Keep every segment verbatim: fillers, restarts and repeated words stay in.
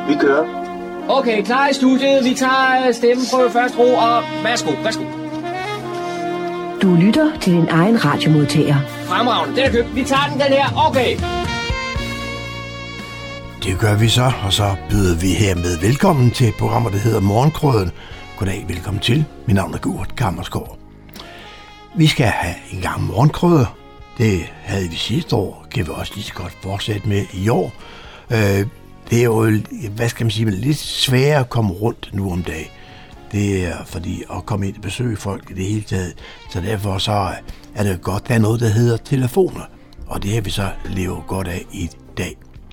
Vi kører. Okay, klar i studiet. Vi tager stemmeprøve først, ro, og værsgo, værsgo. Du lytter til din egen radiomodtager. Fremragende, den er købt. Vi tager den, den her. Okay. Det gør vi så, og så byder vi hermed velkommen til programmet, der hedder Morgenkrøden. Goddag, velkommen til. Mit navn er Kurt Kammersgaard. Vi skal have en gang morgenkrøder. Det havde vi sidste år, kan vi også lige så godt fortsætte med i år. Det er jo, hvad skal man sige, lidt sværere at komme rundt nu om dagen. Det er fordi at komme ind og besøge folk i det hele taget. Så derfor så er det godt, der er noget, der hedder telefoner. Og det har vi så levet godt af i dag.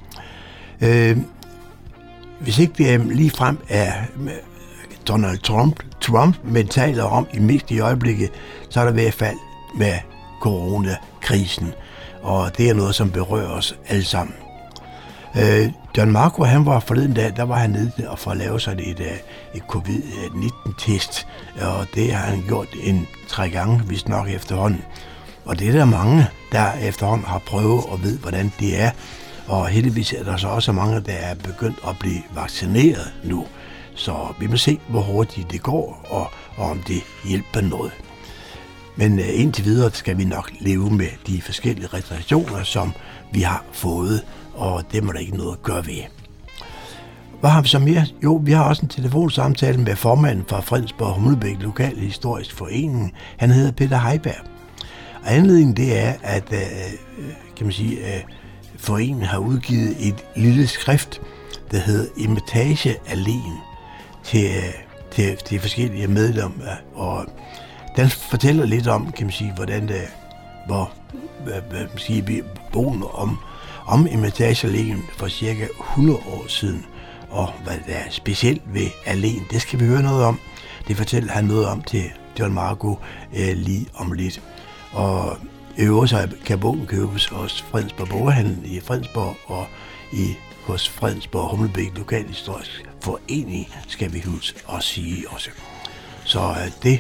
Øh, hvis ikke det er lige frem af Donald Trump, Trump men taler om i mest i øjeblikket, så er der i hvert fald med coronakrisen. Og det er noget, som berører os alle sammen. Øh, John Marco, han var forleden dag, der var han nede og for at lave sig et, et covid nitten test, og det har han gjort en tre gange, vist nok efterhånden. Og det er der mange, der efterhånden har prøvet og ved, hvordan det er. Og heldigvis er der så også mange, der er begyndt at blive vaccineret nu. Så vi må se, hvor hurtigt det går, og, og om det hjælper noget. Men uh, indtil videre skal vi nok leve med de forskellige restriktioner, som vi har fået, og det må der ikke noget at gøre ved. Hvad har vi så mere? Jo, vi har også en telefonsamtale med formanden fra Fredensborg Humlebæk Lokal Historisk Forening. Han hedder Peter Heiberg. Og anledningen det er, at uh, kan man sige, uh, foreningen har udgivet et lille skrift, der hedder Imitage Alene til, til, til forskellige medlemmer. Og den fortæller lidt om, kan man sige, hvordan det, hvor, hvad, hvad man siger, vi bogen om, om Imitage Alene for cirka hundrede år siden. Og hvad der er specielt ved Alene, det skal vi høre noget om. Det fortæller han noget om til John Marco eh, lige om lidt. Og i øvrigt så kan bogen købes hos Fredensborg Boghandel i Fredensborg og i, hos Fredensborg Humlebæk Lokal Historisk Forening, skal vi huske at sige også. Så uh, det,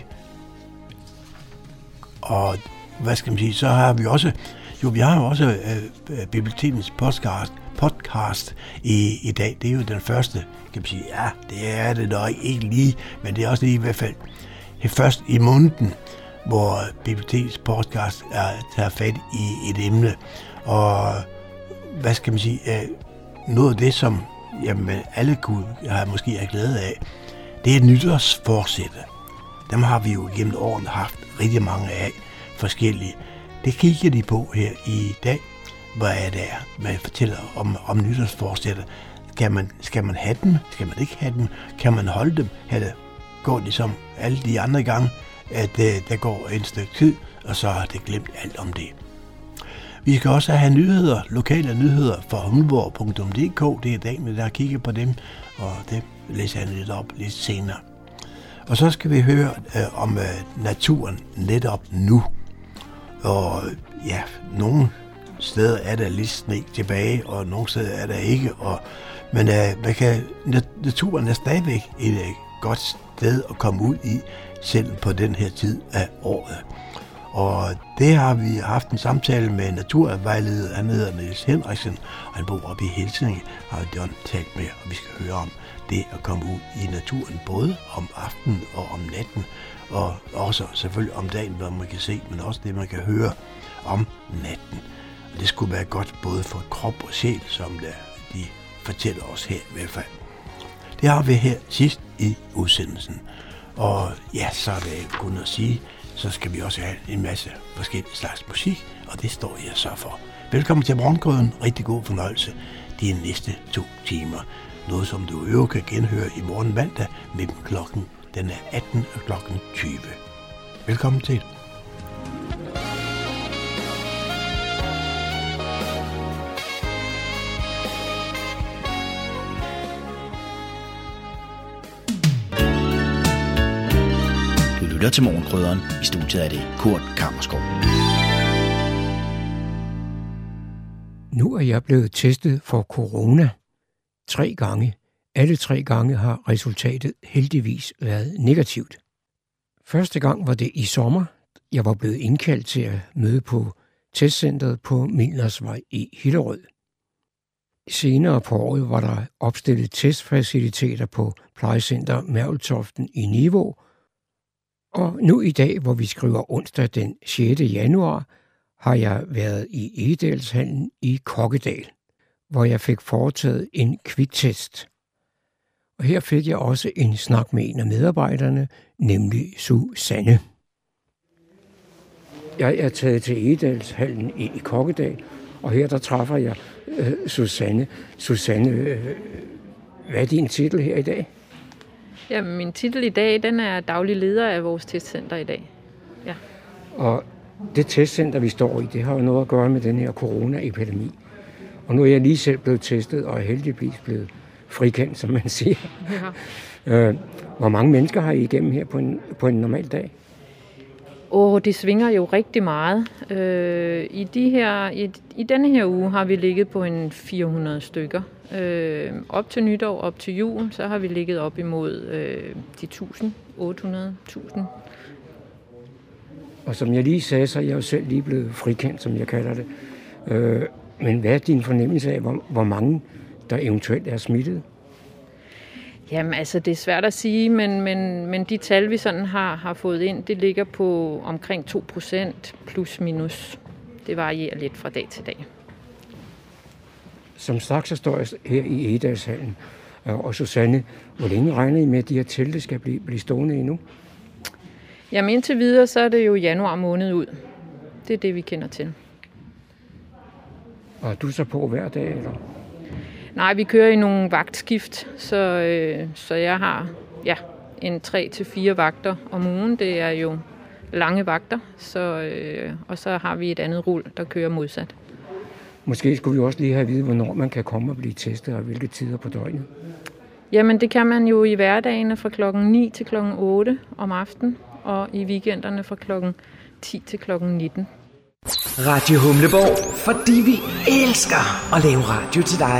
og hvad skal man sige, så har vi også, jo vi har jo også uh, Bibliotekens podcast, podcast i, i dag. Det er jo den første, kan man sige, ja, det er det nok ikke lige, men det er også lige i hvert fald først i måneden, hvor Bibliotekens podcast er tager fat i et emne. Og hvad skal man sige, noget af det, som jamen, alle kunne have måske have glæde af, det er nytårsforsætter. Dem har vi jo gennem årene haft rigtig mange af forskellige. Det kigger de på her i dag. Hvad er det, man fortæller om, om nytårsforsætter? Skal man, skal man have dem? Skal man ikke have dem? Kan man holde dem? Eller går det som alle de andre gange, at uh, der går en stykke tid, og så har det glemt alt om det. Vi skal også have nyheder, lokale nyheder fra humleborg punktum d k. Det er dagen, der har kigget på dem, og det læser jeg lidt op lidt senere. Og så skal vi høre uh, om uh, naturen netop nu. Og ja, nogle steder er der lidt sne tilbage, og nogle steder er der ikke. Og, men uh, man kan, naturen er stadigvæk et uh, godt sted at komme ud i, selv på den her tid af året. Og det har vi haft en samtale med naturvejleder, han hedder Niels Henriksen, og han bor oppe i Helsinge, har John talt med, og vi skal høre om det at komme ud i naturen, både om aftenen og om natten, og også selvfølgelig om dagen, hvor man kan se, men også det, man kan høre om natten. Og det skulle være godt både for krop og sjæl, som de fortæller os her i hvert fald. Det har vi her sidst i udsendelsen. Og ja, så er det kun at sige, så skal vi også have en masse forskellige slags musik, og det står jeg så for. Velkommen til Morgenkrøden. Rigtig god fornøjelse de næste to timer. Noget, som du øvrigt kan genhøre i morgen mandag mellem klokken den er atten og klokken tyve. Velkommen til. Lytter til Morgenkrydderen. I studiet er det Kurt Kammersgaard. Nu er jeg blevet testet for corona tre gange. Alle tre gange har resultatet heldigvis været negativt. Første gang var det i sommer. Jeg var blevet indkaldt til at møde på testcentret på Milnersvej i Hillerød. Senere på året var der opstillet testfaciliteter på plejecenter Mærveltoften i Nivå. Og nu i dag, hvor vi skriver onsdag den sjette januar, har jeg været i Egedalshallen i Kokkedal, hvor jeg fik foretaget en kviktest. Og her fik jeg også en snak med en af medarbejderne, nemlig Susanne. Jeg er taget til Egedalshallen i, i Kokkedal, og her der træffer jeg øh, Susanne. Susanne, øh, hvad er din titel her i dag? Jamen, min titel i dag, den er daglig leder af vores testcenter i dag. Ja. Og det testcenter, vi står i, det har jo noget at gøre med den her coronaepidemi. Og nu er jeg lige selv blevet testet, og er heldigvis blevet frikendt, som man siger. Ja. Øh, hvor mange mennesker har I igennem her på en, på en normal dag? Åh, oh, det svinger jo rigtig meget. Øh, i, de her, i, I denne her uge har vi ligget på en fire hundrede stykker. Øh, op til nytår, op til jul, så har vi ligget op imod øh, de tusind, otte hundrede tusind. Og som jeg lige sagde, så er jeg jo selv lige blevet frikendt, som jeg kalder det. Øh, men hvad er din fornemmelse af, hvor, hvor mange der eventuelt er smittet? Jamen altså, det er svært at sige, men, men, men de tal, vi sådan har, har fået ind, det ligger på omkring to procent plus minus. Det varierer lidt fra dag til dag. Som sagt, så står jeg her i Egedalshallen. Og Susanne, hvor længe regner I med, at de her telte skal blive, blive stående endnu? Jamen indtil videre, så er det jo januar måned ud. Det er det, vi kender til. Og er du så på hver dag, eller? Nej, vi kører i nogle vagtskift, så, øh, så jeg har ja, en tre til fire vagter om ugen. Det er jo lange vagter, så, øh, og så har vi et andet rul, der kører modsat. Måske skulle vi også lige have at vide, hvornår man kan komme og blive testet, og hvilke tider på døgnet. Jamen, det kan man jo i hverdagene fra klokken ni til klokken otte om aftenen, og i weekenderne fra klokken ti til klokken nitten. Radio Humleborg, fordi vi elsker at lave radio til dig.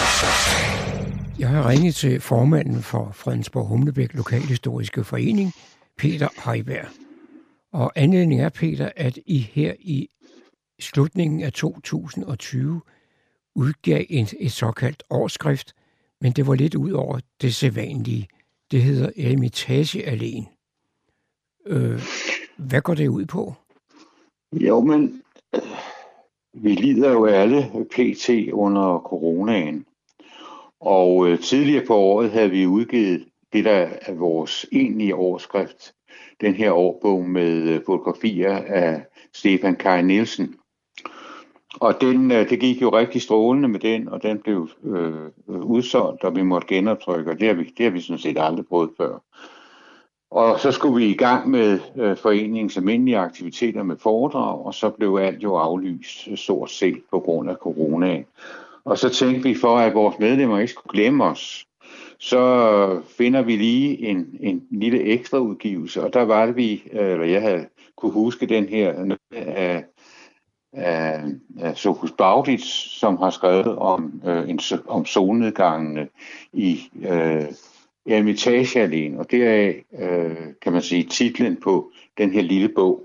Jeg har ringet til formanden for Fredensborg Humlebæk Lokalhistoriske Forening, Peter Heiberg. Og anledningen er, Peter, at I her i slutningen af to tusind og tyve udgav et, et såkaldt årsskrift, men det var lidt ud over det sædvanlige. Det hedder Eremitagealléen. Øh, hvad går det ud på? Jo, men øh, vi lider jo alle pt. Under coronaen. Og øh, tidligere på året havde vi udgivet det, der er vores egentlige årsskrift. Den her årbog med øh, fotografier af Stefan Kaj Nielsen. Og den, øh, det gik jo rigtig strålende med den, og den blev øh, udsolgt, og vi måtte genoptrykke, og det har vi, det har vi sådan set aldrig prøvet før. Og så skulle vi i gang med øh, foreningens almindelige aktiviteter med foredrag, og så blev alt jo aflyst stort set på grund af coronaen. Og så tænkte vi, for at vores medlemmer ikke skulle glemme os, så finder vi lige en, en lille ekstra udgivelse, og der var det vi, eller jeg havde kunne huske den her af, af, af Sophus Bauditz, som har skrevet om, øh, en, om solnedgangene i øh, Eremitagealléen, og deraf øh, kan man sige titlen på den her lille bog.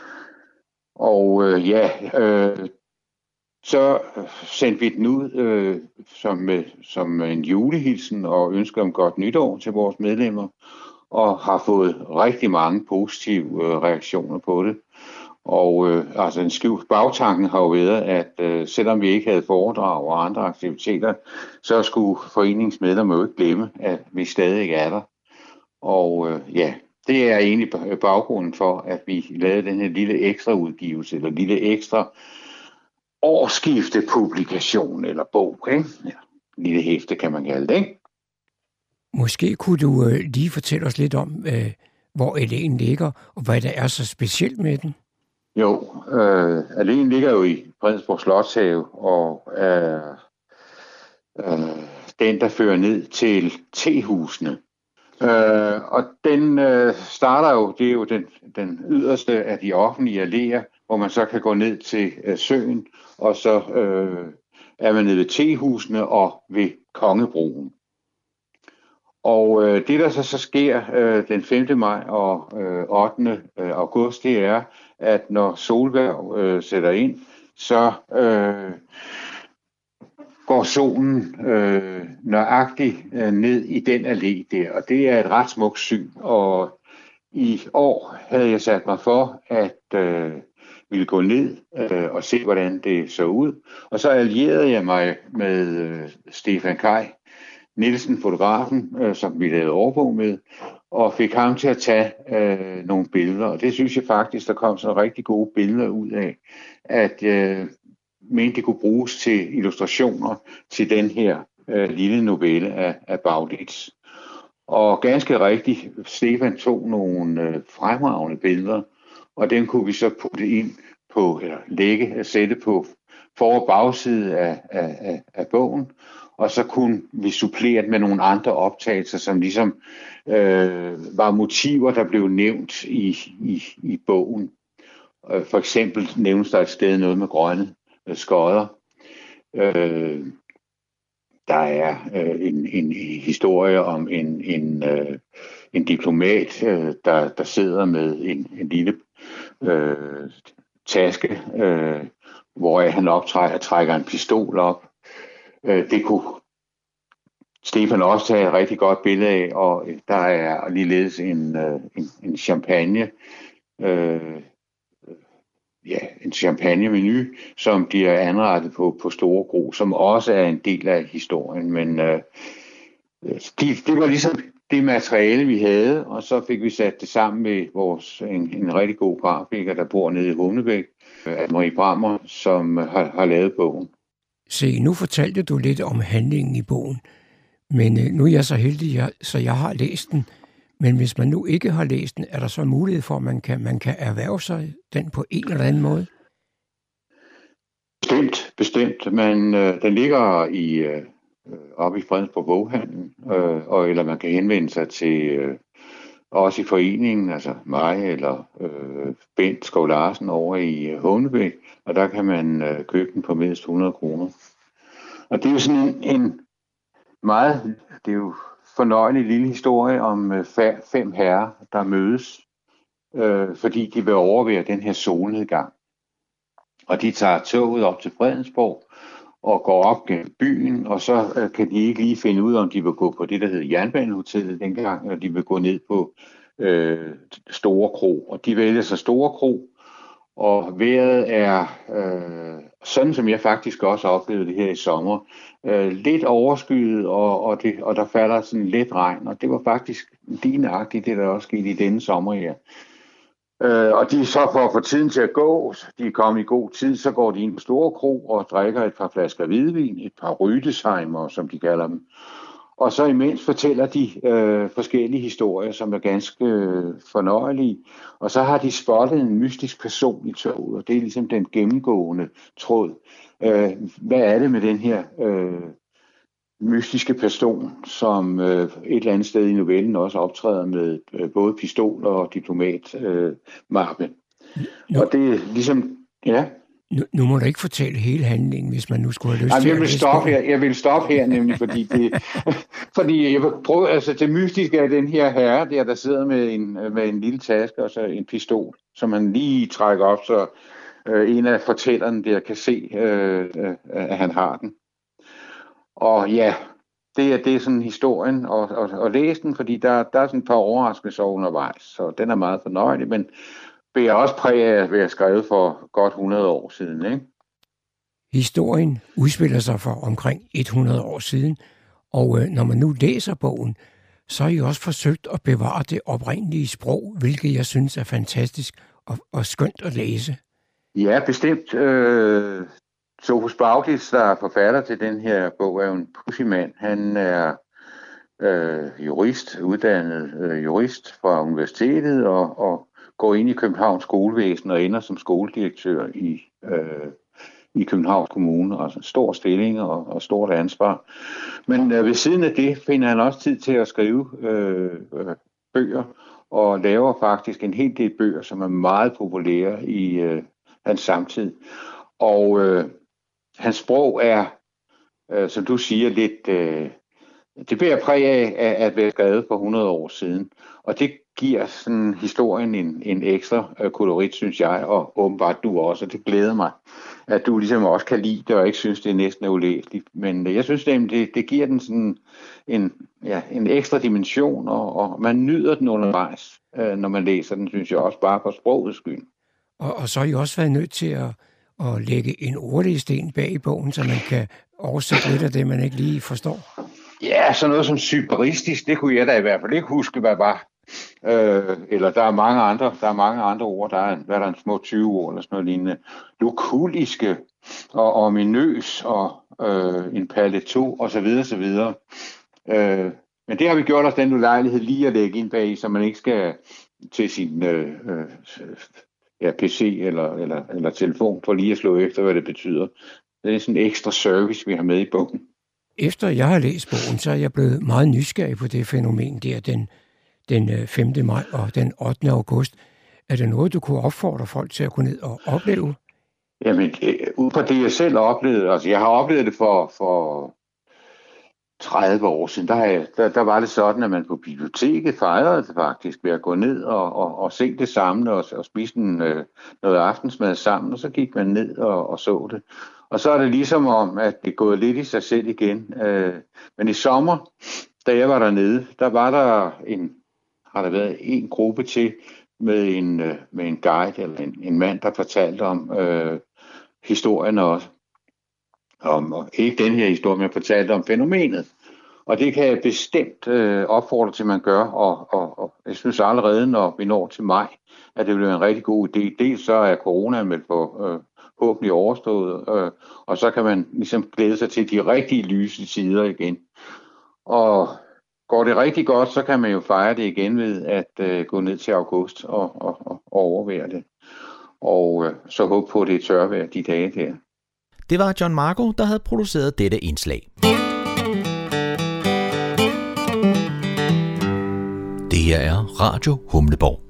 Og øh, ja, øh, så sendte vi den ud øh, som, øh, som en julehilsen og ønsker om godt nytår til vores medlemmer, og har fået rigtig mange positive øh, reaktioner på det. Og øh, altså en skjult bagtanken har jo været, at øh, selvom vi ikke havde foredrag og andre aktiviteter, så skulle foreningsmedlemmer jo ikke glemme, at vi stadig er der. Og øh, ja, det er egentlig baggrunden for, at vi lavede den her lille ekstra udgivelse, eller lille ekstra årsskiftepublikation, eller bog, ikke? Ja, lille hæfte kan man kalde det, ikke? Måske kunne du øh, lige fortælle os lidt om, øh, hvor alléen ligger, og hvad der er så specielt med den? Jo, øh, alléen ligger jo i Fredensborg Slotshave, og øh, øh, den, der fører ned til tehusene. Øh, og den øh, starter jo, det er jo den, den yderste af de offentlige alléer, hvor man så kan gå ned til øh, søen, og så øh, er man nede ved tehusene og ved Kongebroen. Og øh, det, der så, så sker øh, den femte maj og øh, ottende august, det er, at når solhverv øh, sætter ind, så øh, går solen øh, nøjagtigt øh, ned i den allé der, og det er et ret smukt syn. Og i år havde jeg sat mig for at øh, ville gå ned øh, og se, hvordan det så ud. Og så allierede jeg mig med øh, Stefan Kaj Nielsen, fotografen, øh, som vi lavede årbog med, og fik ham til at tage øh, nogle billeder. Og det synes jeg faktisk, der kom så rigtig gode billeder ud af, at jeg øh, mente, det kunne bruges til illustrationer til den her øh, lille novelle af, af Bauditz. Og ganske rigtigt, Stefan tog nogle øh, fremragende billeder, og dem kunne vi så putte ind på, eller lægge, sætte på for- og bagside af, af, af, af bogen, og så kunne vi supplere det med nogle andre optagelser, som ligesom øh, var motiver, der blev nævnt i, i, i bogen. For eksempel nævnes der et sted noget med grønne øh, skodder. Øh, der er øh, en, en historie om en, en, øh, en diplomat, øh, der, der sidder med en, en lille øh, taske, øh, hvor han optrækker, trækker en pistol op. Øh, det kunne Stefan også tage et rigtig godt billede af, og der er ligeledes en, øh, en, en champagne, øh, ja, en champagne-menu, som bliver anrettet på, på Store Gro, som også er en del af historien. Men øh, det, det var ligesom det materiale, vi havde, og så fik vi sat det sammen med vores, en, en rigtig god grafiker, der bor nede i Humlebæk, Anne-Marie Brammer, som har, har lavet bogen. Se, nu fortalte du lidt om handlingen i bogen, men øh, nu er jeg så heldig, jeg, så jeg har læst den. Men hvis man nu ikke har læst den, er der så mulighed for, at man kan, man kan erhverve sig den på en eller anden måde? Bestemt, bestemt. Men øh, den ligger i øh, oppe i Fredensborg Boghandel, øh, og eller man kan henvende sig til øh, også i foreningen, altså mig eller øh, Bent Skov Larsen over i øh, Humlebæk, og der kan man øh, købe den på mindst hundrede kroner. Og det er jo sådan en, en meget, det er jo fornøjelig lille historie om øh, fem herrer, der mødes, øh, fordi de vil overvære den her solnedgang. Og de tager toget op til Fredensborg og går op gennem byen, og så øh, kan de ikke lige finde ud af, om de vil gå på det, der hed Jernbanehotellet dengang, eller de vil gå ned på øh, Store Kro. Og de vælger så Store Kro, og vejret er, øh, sådan som jeg faktisk også oplevede det her i sommer, øh, lidt overskyet, og, og, det, og der falder sådan lidt regn, og det var faktisk lignagtigt, det der også skete i denne sommer her. Øh, og de så for at få tiden til at gå, de er kommet i god tid, så går de ind på Store Kro og drikker et par flasker hvidvin, et par Rydesheimer, som de kalder dem. Og så imens fortæller de øh, forskellige historier, som er ganske øh, fornøjelige. Og så har de spottet en mystisk person i toget, og det er ligesom den gennemgående tråd. Øh, hvad er det med den her øh, mystiske person, som øh, et eller andet sted i novellen også optræder med øh, både pistol og diplomatmappe. Øh, og det er ligesom, ja... Nu, nu må du ikke fortælle hele handlingen, hvis man nu skulle have lyst Jamen, til jeg at vil læse stoppe bogen. her. Jeg vil stoppe her nemlig, fordi det, fordi jeg vil prøve, altså det mystiske er den her herre der, der sidder med en, med en lille taske og så en pistol, som man lige trækker op, så øh, en af fortællerne der kan se, øh, øh, at han har den. Og ja, det er, det er sådan historien, og, og, og læse den, fordi der, der er sådan et par overraskelser undervejs, så den er meget fornøjelig, men bærer også præg af at være skrevet for godt hundrede år siden, ikke? Historien udspiller sig for omkring hundrede år siden, og øh, når man nu læser bogen, så har I også forsøgt at bevare det oprindelige sprog, hvilket jeg synes er fantastisk og, og skønt at læse. Ja, bestemt. Øh, Sophus Bauditz, der er forfatter til den her bog, er jo en pudsig mand. Han er øh, jurist, uddannet øh, jurist fra universitetet, og, og går ind i Københavns skolevæsen og ender som skoledirektør i, øh, i Københavns Kommune. Altså en stor stilling og, og stort ansvar. Men øh, ved siden af det finder han også tid til at skrive øh, øh, bøger, og laver faktisk en hel del bøger, som er meget populære i øh, hans samtid. Og øh, hans sprog er, øh, som du siger, lidt... Øh, det bærer præg af at være skrevet for hundrede år siden. Og det giver sådan historien en, en ekstra øh, kolorit, synes jeg, og åbenbart du også, og det glæder mig, at du ligesom også kan lide det, og ikke synes, det er næsten ulæseligt. Men øh, jeg synes, det, det, det giver den sådan en, ja, en ekstra dimension, og, og man nyder den undervejs, øh, når man læser den, synes jeg også, bare for sprogets skyld. Og, og så har I også været nødt til at, at lægge en ordliste bag i bogen, så man kan oversætte lidt af det, man ikke lige forstår. Ja, sådan noget som cyberistisk, det kunne jeg da i hvert fald ikke huske, hvad var. Øh, eller der er mange andre, der er mange andre ord, der er, hvad er der en små tyve ord eller sådan noget lignende. Lukuliske og ominøs og øh, en paletot og så videre, så videre. Øh, men det har vi gjort os den ulejlighed lige at lægge ind bag, så man ikke skal til sin øh, øh, ja, P C eller, eller, eller telefon for lige at slå efter, hvad det betyder. Det er sådan en ekstra service, vi har med i bogen. Efter jeg har læst bogen, så er jeg blevet meget nysgerrig på det fænomen der den, den femte maj og den ottende august. Er det noget, du kunne opfordre folk til at gå ned og opleve? Jamen, ud fra det, jeg selv oplevede, altså jeg har oplevet det for, for tredive år siden, der, der, der var det sådan, at man på biblioteket fejrede det faktisk ved at gå ned og, og, og se det sammen og, og spise en, øh, noget aftensmad sammen, og så gik man ned og, og så det. Og så er det ligesom om, at det er gået lidt i sig selv igen. Øh, men i sommer, da jeg var dernede, der var der en, har der været en gruppe til med en, øh, med en guide, eller en, en mand, der fortalte om øh, historien også. Om, og ikke den her historie, men fortalte om fænomenet. Og det kan jeg bestemt øh, opfordre til, at man gør. Og, og, og jeg synes allerede, når vi når til maj, at det bliver en rigtig god idé. Dels så er corona med på øh, håbentlig overstået, øh, og så kan man ligesom glæde sig til de rigtige lyse sider igen. Og går det rigtig godt, så kan man jo fejre det igen ved at øh, gå ned til august og, og, og overvære det. Og øh, så håbe på, at det er tørvejr de dage der. Det var John Marco, der havde produceret dette indslag. Det her er Radio Humleborg.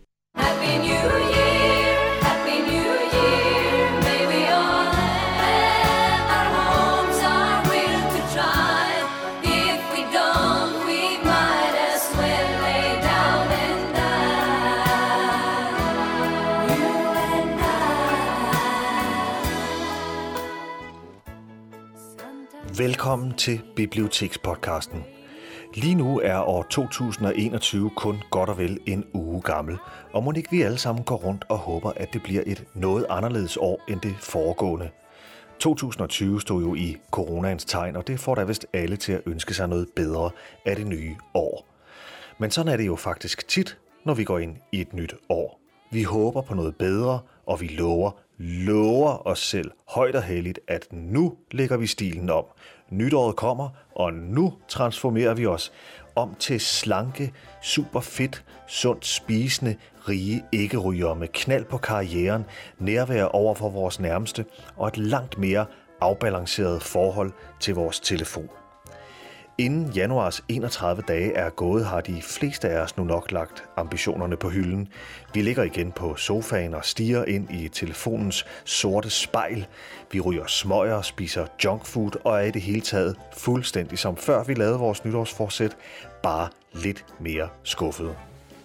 Velkommen til Bibliotekspodcasten. Lige nu er år to tusind og enogtyve kun godt og vel en uge gammel, og må ikke vi alle sammen går rundt og håber, at det bliver et noget anderledes år end det foregående. to tusind og tyve stod jo i coronaens tegn, og det får da vist alle til at ønske sig noget bedre af det nye år. Men sådan er det jo faktisk tit, når vi går ind i et nyt år. Vi håber på noget bedre, og vi lover, lover os selv højt og heldigt, at nu lægger vi stilen om. Nytåret kommer, og nu transformerer vi os om til slanke, super fedt, sundt spisende, rige ikke-rygere med knald på karrieren, nærvær over for vores nærmeste og et langt mere afbalanceret forhold til vores telefon. Inden januars enogtredive dage er gået, har de fleste af os nu nok lagt ambitionerne på hylden. Vi ligger igen på sofaen og stiger ind i telefonens sorte spejl. Vi ryger smøger, spiser junkfood og er i det hele taget fuldstændig som før vi lavede vores nytårsforsæt, bare lidt mere skuffede.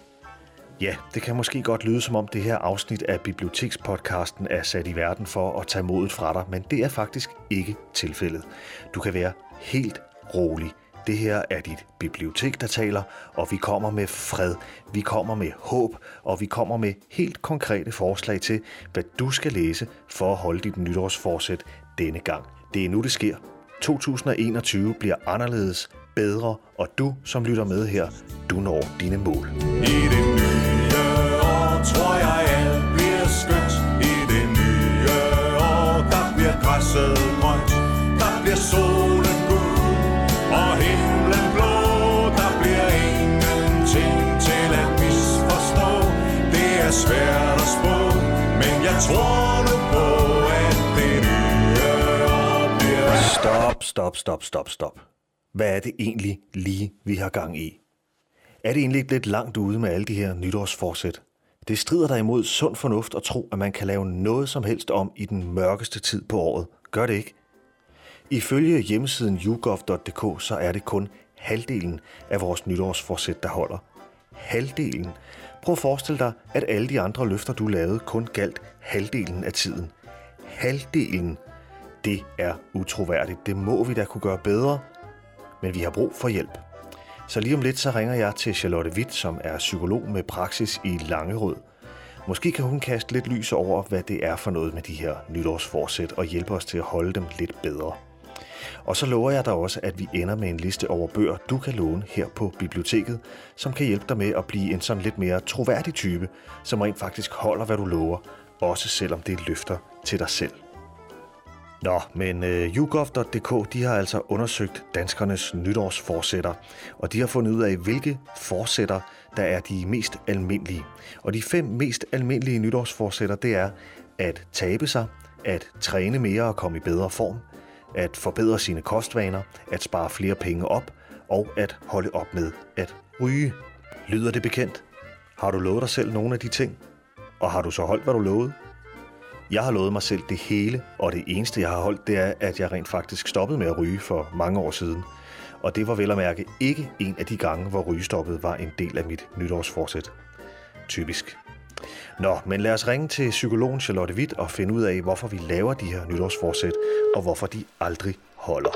Ja, det kan måske godt lyde som om det her afsnit af Bibliotekspodcasten er sat i verden for at tage modet fra dig, men det er faktisk ikke tilfældet. Du kan være helt rolig. Det her er dit bibliotek, der taler, og vi kommer med fred, vi kommer med håb, og vi kommer med helt konkrete forslag til, hvad du skal læse for at holde dit nytårsforsæt denne gang. Det er nu, det sker. to tusind og enogtyve bliver anderledes, bedre, og du, som lytter med her, du når dine mål. I det nye år tror jeg alt bliver skønt. I det nye år, der bliver græsset grønt, der bliver solen gul og himlen blå. Der bliver ingenting til at misforstå. Det er svært at spå, men jeg tror nu på, at det nye år bliver... Stop, stop, stop, stop, stop. Hvad er det egentlig lige, vi har gang i? Er det egentlig lidt langt ude med alle de her nytårsforsæt? Det strider der imod sund fornuft at tro, at man kan lave noget som helst om i den mørkeste tid på året. Gør det ikke? Ifølge hjemmesiden yougov punktum d k så er det kun halvdelen af vores nytårsforsæt, der holder. halvdelen. Prøv at forestille dig, at alle de andre løfter, du lavede, kun galt halvdelen af tiden. Halvdelen. Det er utroværdigt. Det må vi da kunne gøre bedre, men vi har brug for hjælp. Så lige om lidt, så ringer jeg til Charlotte Witt, som er psykolog med praksis i Langerød. Måske kan hun kaste lidt lys over, hvad det er for noget med de her nytårsforsæt, og hjælpe os til at holde dem lidt bedre. Og så lover jeg dig også, at vi ender med en liste over bøger, du kan låne her på biblioteket, som kan hjælpe dig med at blive en sådan lidt mere troværdig type, som rent faktisk holder, hvad du lover, også selvom det er løfter til dig selv. Nå, men uh, YouGov punktum d k, de har altså undersøgt danskernes nytårsforsætter, og de har fundet ud af, hvilke forsætter, der er de mest almindelige. Og de fem mest almindelige nytårsforsætter, det er at tabe sig, at træne mere og komme i bedre form, at forbedre sine kostvaner, at spare flere penge op, og at holde op med at ryge. Lyder det bekendt? Har du lovet dig selv nogle af de ting? Og har du så holdt, hvad du lovede? Jeg har lovet mig selv det hele, og det eneste, jeg har holdt, det er, at jeg rent faktisk stoppede med at ryge for mange år siden. Og det var vel at mærke ikke en af de gange, hvor rygestoppet var en del af mit nytårsforsæt. Typisk. Nå, men lad os ringe til psykologen Charlotte Witt og finde ud af, hvorfor vi laver de her nytårsforsæt, og hvorfor de aldrig holder.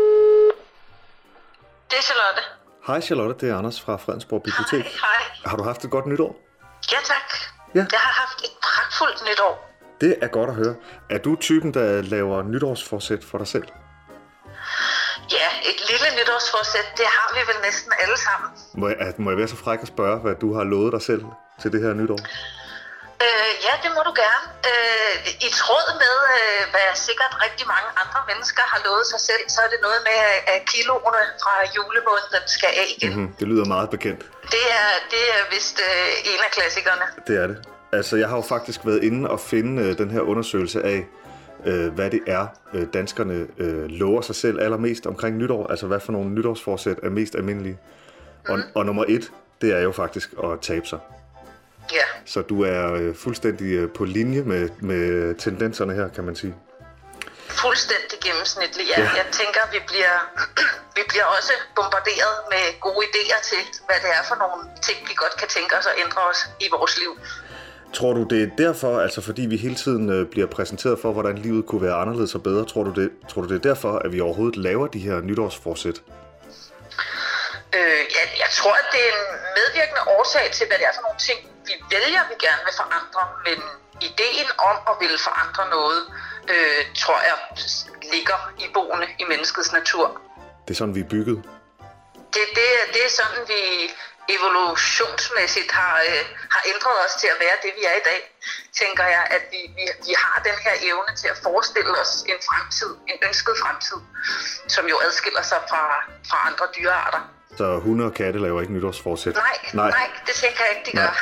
Det er Charlotte. Hej Charlotte, det er Anders fra Fredensborg Bibliotek. Hej, hej. Har du haft et godt nytår? Ja tak. Ja. Jeg har haft et pragtfuldt nytår. Det er godt at høre. Er du typen, der laver nytårsforsæt for dig selv? Ja, et lille nytårsforsæt, det har vi vel næsten alle sammen. Må jeg, må jeg være så fræk at spørge, hvad du har lovet dig selv til det her nytår? Øh, ja, det må du gerne. Øh, I tråd med, øh, hvad sikkert rigtig mange andre mennesker har lovet sig selv, så er det noget med, at kiloene fra julemåneden skal af igen. Mm-hmm. Det lyder meget bekendt. Det er, det er vist øh, en af klassikerne. Det er det. Altså, jeg har jo faktisk været inde og finde øh, den her undersøgelse af, øh, hvad det er, øh, danskerne øh, lover sig selv allermest omkring nytår. Altså, hvad for nogle nytårsforsæt er mest almindelige. Mm. Og, og nummer et, det er jo faktisk at tabe sig. Ja. Så du er øh, fuldstændig øh, på linje med, med tendenserne her, kan man sige. Fuldstændig gennemsnitlig. Ja, ja. Jeg tænker, vi bliver, vi bliver også bombarderet med gode idéer til, hvad det er for nogle ting, vi godt kan tænke os at ændre os i vores liv. Tror du, det er derfor, altså fordi vi hele tiden øh, bliver præsenteret for, hvordan livet kunne være anderledes og bedre, tror du, det, tror du det er derfor, at vi overhovedet laver de her nytårsforsæt? Øh, jeg, jeg tror, at det er en medvirkende årsag til, hvad det er for nogle ting, vi vælger, vi gerne vil forandre. Men ideen om at ville forandre noget, øh, tror jeg, ligger i boende i menneskets natur. Det er sådan, vi er bygget? Det, det, det er sådan, vi evolutionsmæssigt har, øh, har ændret os til at være det, vi er i dag. Tænker jeg, at vi, vi, vi har den her evne til at forestille os en fremtid, en ønsket fremtid, som jo adskiller sig fra, fra andre dyrearter. Så hunde og katte laver ikke nytårsforsæt? Nej, nej, nej, det tænker jeg ikke, de gør.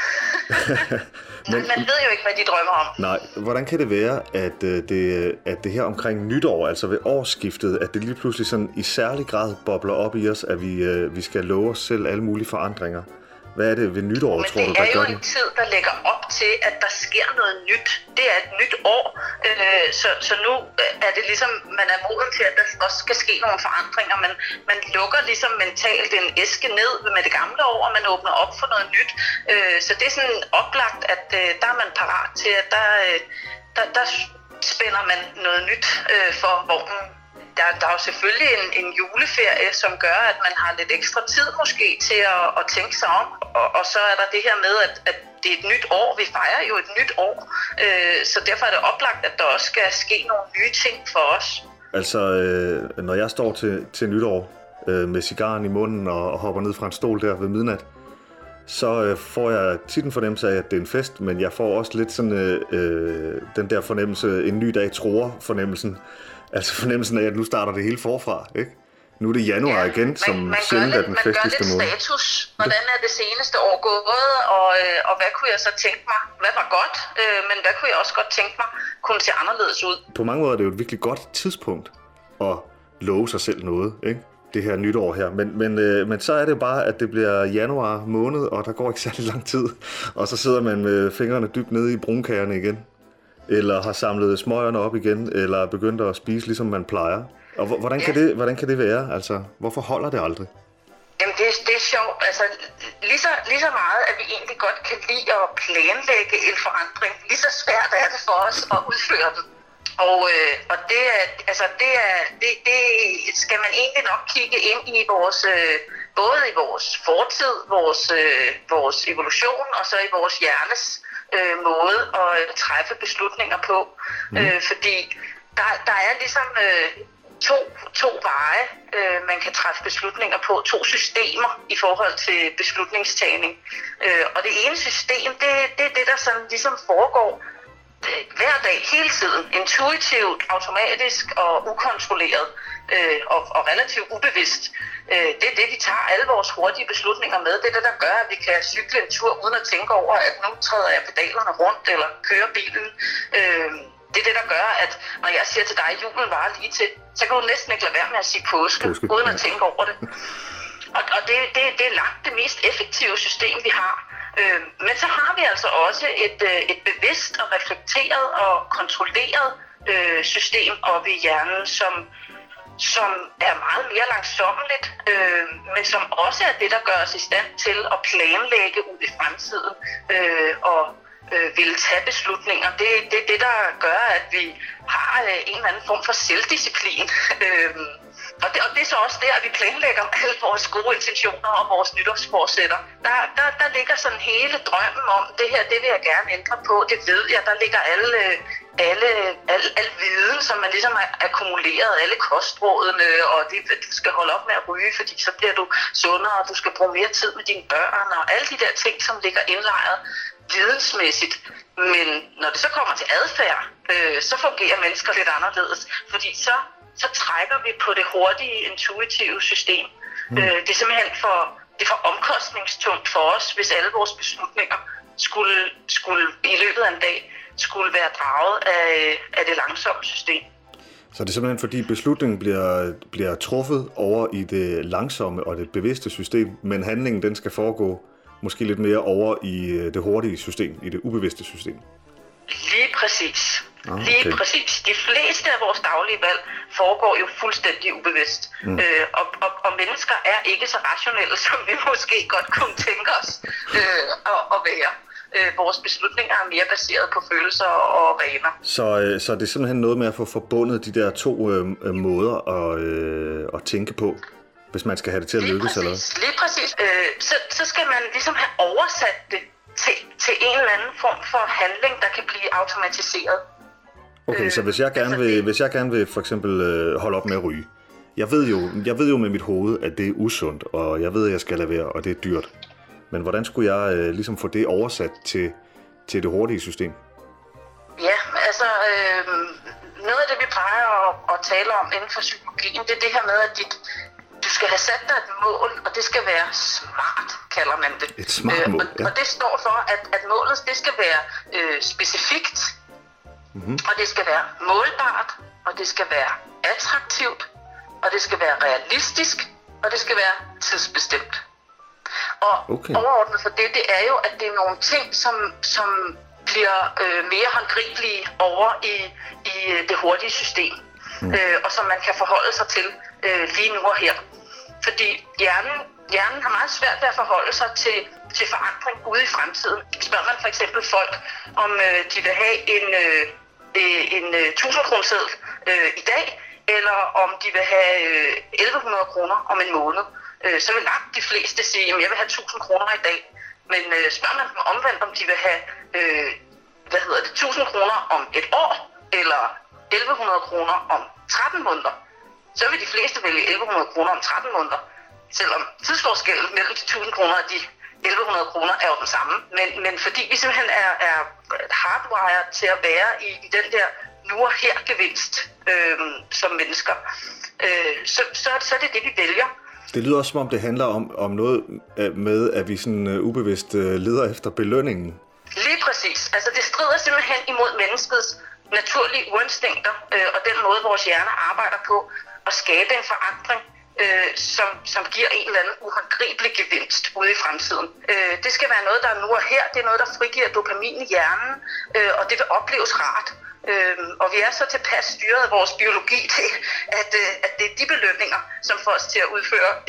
Men, man ved jo ikke, hvad de drømmer om. Nej, hvordan kan det være, at det, at det her omkring nytår, altså ved årsskiftet, at det lige pludselig sådan i særlig grad bobler op i os, at vi, vi skal love os selv alle mulige forandringer? Hvad er det ved nytår, Men tror du, der gør det? Men det er jo en tid, der lægger op til, at der sker noget nyt. Det er et nyt år, øh, så, så nu er det ligesom, man er moden til, at der også skal ske nogle forandringer. Man, man lukker ligesom mentalt en æske ned med det gamle år, og man åbner op for noget nyt. Øh, så det er sådan oplagt, at øh, der er man parat til, at der, øh, der, der spænder man noget nyt øh, for vognen. Der, der er jo selvfølgelig en, en juleferie, som gør, at man har lidt ekstra tid måske til at, at tænke sig om. Og, og så er der det her med, at, at det er et nyt år. Vi fejrer jo et nyt år. Øh, så derfor er det oplagt, at der også skal ske nogle nye ting for os. Altså, øh, når jeg står til, til nytår øh, med cigaren i munden og, og hopper ned fra en stol der ved midnat, så øh, får jeg tit en fornemmelse af, at det er en fest, men jeg får også lidt sådan øh, øh, den der fornemmelse, en ny dag tror fornemmelsen. Altså fornemmelsen af, at nu starter det hele forfra, ikke? Nu er det januar ja, igen, som man, man sjældent er den festligste måned. Man gør lidt status. Hvordan er det seneste år gået, og, øh, og hvad kunne jeg så tænke mig? Hvad var godt, øh, men hvad kunne jeg også godt tænke mig kunne se anderledes ud? På mange måder er det jo et virkelig godt tidspunkt at love sig selv noget, ikke? Det her nytår her. Men, men, øh, men så er det bare, at det bliver januar måned, og der går ikke særlig lang tid. Og så sidder man med fingrene dybt nede i brunkagerne igen. Eller har samlet smøgerne op igen, eller begyndt at spise, ligesom man plejer. Og hvordan kan, det, hvordan kan det være? Altså, hvorfor holder det aldrig? Jamen, det, det er sjovt. Altså, lige så, lige så meget, at vi egentlig godt kan lide at planlægge en forandring, lige så svært er det for os at udføre den. Og, øh, og det, er, altså, det, er, det, det skal man egentlig nok kigge ind i vores, øh, både i vores fortid, vores, øh, vores evolution og så i vores hjernes øh, måde at træffe beslutninger på. Mm. Øh, fordi der, der er ligesom øh, to, to veje, øh, man kan træffe beslutninger på, to systemer i forhold til beslutningstagning. Øh, og det ene system, det, det er det, der sådan ligesom foregår hver dag, hele tiden, intuitivt, automatisk og ukontrolleret øh, og, og relativt ubevidst. Øh, det er det, vi tager alle vores hurtige beslutninger med. Det er det, der gør, at vi kan cykle en tur uden at tænke over, at nu træder jeg pedalerne rundt eller kører bilen. Øh, det er det, der gør, at når jeg siger til dig, at julen varer lige til, så kan du næsten ikke lade være med at sige påske, påske. uden at tænke over det. Og, og det, det, det er langt det mest effektive system, vi har. Øh, men så har vi altså også et, et bevidst og reflekteret og kontrolleret øh, system oppe i hjernen, som, som er meget mere langsommeligt, øh, men som også er det, der gør os i stand til at planlægge ud i fremtiden øh, og øh, ville tage beslutninger. Det er det, det, der gør, at vi har øh, en eller anden form for selvdisciplin. øh, Og det, og det er så også der, at vi planlægger alle vores gode intentioner og vores nytårsforsætter. Der, der, der ligger sådan hele drømmen om, det her, det vil jeg gerne ændre på, det ved jeg. Der ligger alle, alle, alle, alle viden, som man ligesom har akkumuleret, alle kostrådene, og det, du skal holde op med at ryge, fordi så bliver du sundere, og du skal bruge mere tid med dine børn, og alle de der ting, som ligger indlejret vidensmæssigt. Men når det så kommer til adfærd, øh, så fungerer mennesker lidt anderledes, fordi så så trækker vi på det hurtige, intuitive system. Mm. Øh, det er simpelthen for, det er for omkostningstungt for os, hvis alle vores beslutninger skulle, skulle i løbet af en dag skulle være draget af, af det langsomme system. Så det er simpelthen fordi beslutningen bliver, bliver truffet over i det langsomme og det bevidste system, men handlingen den skal foregå måske lidt mere over i det hurtige system, i det ubevidste system. Lige præcis. Ah, okay. Lige præcis. De fleste af vores daglige valg foregår jo fuldstændig ubevidst. Mm. Øh, og, og, og mennesker er ikke så rationelle, som vi måske godt kunne tænke os øh, at, at være. Øh, vores beslutninger er mere baseret på følelser og vaner. Så, øh, så det er simpelthen noget med at få forbundet de der to øh, måder at, øh, at tænke på, hvis man skal have det til at lykkes? Eller? Lige præcis. Øh, så, så skal man ligesom have oversat det til, til en eller anden form for handling, der kan blive automatiseret. Okay, så hvis jeg gerne vil, hvis jeg gerne vil for eksempel øh, holde op med at ryge, jeg ved jo, jeg ved jo med mit hoved, at det er usundt, og jeg ved, at jeg skal lade være, og det er dyrt. Men hvordan skulle jeg øh, ligesom få det oversat til, til det hurtige system? Ja, altså øh, noget af det, vi plejer at, at tale om inden for psykologien, det er det her med, at dit, du skal have sat dig et mål, og det skal være smart, kalder man det. Et smart mål, øh, og, ja. og det står for, at, at målet det skal være øh, specifikt, mm-hmm. og det skal være målbart, og det skal være attraktivt, og det skal være realistisk, og det skal være tidsbestemt. Og okay. overordnet for det, det er jo, at det er nogle ting, som, som bliver øh, mere håndgribelige over i, i det hurtige system, mm. øh, og som man kan forholde sig til øh, lige nu og her. Fordi hjernen, hjernen har meget svært ved at forholde sig til, til forandring ude i fremtiden. Spørger man for eksempel folk, om øh, de vil have en, øh, en øh, tusind kroner seddel øh, i dag, eller om de vil have øh, elleve hundrede kroner om en måned, øh, så vil langt de fleste sige, at jeg vil have tusind kroner i dag. Men øh, spørger man dem omvendt, om de vil have øh, hvad hedder det, tusind kroner om et år, eller elleve hundrede kroner om tretten måneder, så vil de fleste vælge elleve hundrede kroner om tretten måneder. Selvom tidsforskellen mellem de tusind kroner og de elleve hundrede kroner er jo den samme. Men, men fordi vi simpelthen er, er hardwired til at være i, i den der nu og her gevinst øh, som mennesker, øh, så, så, så er det det, vi vælger. Det lyder også som om det handler om, om noget med, at vi sådan uh, ubevidst uh, leder efter belønningen. Lige præcis. Altså det strider simpelthen imod menneskets naturlige uinstinkter øh, og den måde, vores hjerne arbejder på at skabe en forandring, øh, som, som giver en eller anden uhåndgribelig gevinst ude i fremtiden. Øh, det skal være noget, der er nu og her. Det er noget, der frigiver dopamin i hjernen, øh, og det vil opleves rart. Øh, og vi er så tilpas styret af vores biologi til, at, øh, at det er de belønninger, som får os til at udføre en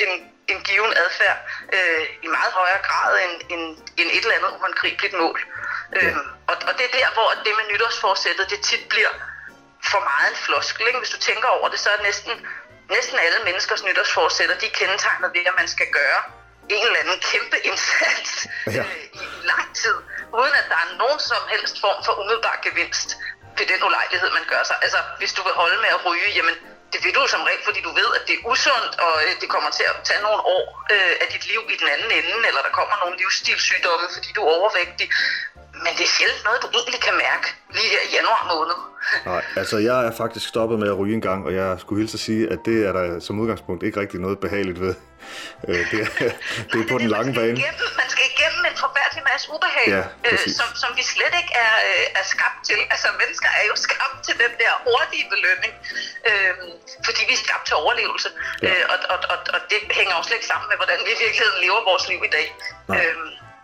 en given adfærd øh, i meget højere grad end, end, end et eller andet uhåndgribeligt mål. Ja. Øhm, og, og det er der, hvor det med nytårsforsættet, det tit bliver for meget en floskel. Ikke? Hvis du tænker over det, så er næsten, næsten alle menneskers nytårsforsætter, de er kendetegnet ved, at man skal gøre en eller anden kæmpe indsats ja. øh, i, i lang tid, uden at der er nogen som helst form for umiddelbar gevinst ved den ulejlighed, man gør sig. Altså, hvis du vil holde med at ryge, jamen, det vil du som regel, fordi du ved, at det er usundt, og øh, det kommer til at tage nogle år øh, af dit liv i den anden ende, eller der kommer nogle livsstilssygdomme, fordi du er overvægtig. Men det er sjældent noget, du egentlig kan mærke lige her i januar måned. Nej, altså jeg er faktisk stoppet med at ryge en gang, og jeg skulle hilse at sige, at det er der som udgangspunkt ikke rigtig noget behageligt ved. Det er, det er på den lange bane. Igennem, man skal igennem en forfærdelig masse ubehag, ja, øh, som, som vi slet ikke er, øh, er skabt til. Altså mennesker er jo skabt til den der hurtige belønning, øh, fordi vi er skabt til overlevelse. Ja. Øh, og, og, og, og det hænger jo slet ikke sammen med, hvordan vi i virkeligheden lever vores liv i dag. Øh,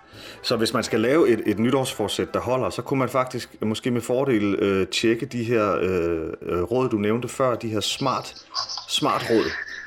Så hvis man skal lave et, et nytårsforsæt, der holder, så kunne man faktisk måske med fordel øh, tjekke de her øh, råd, du nævnte før, de her smart, smart råd.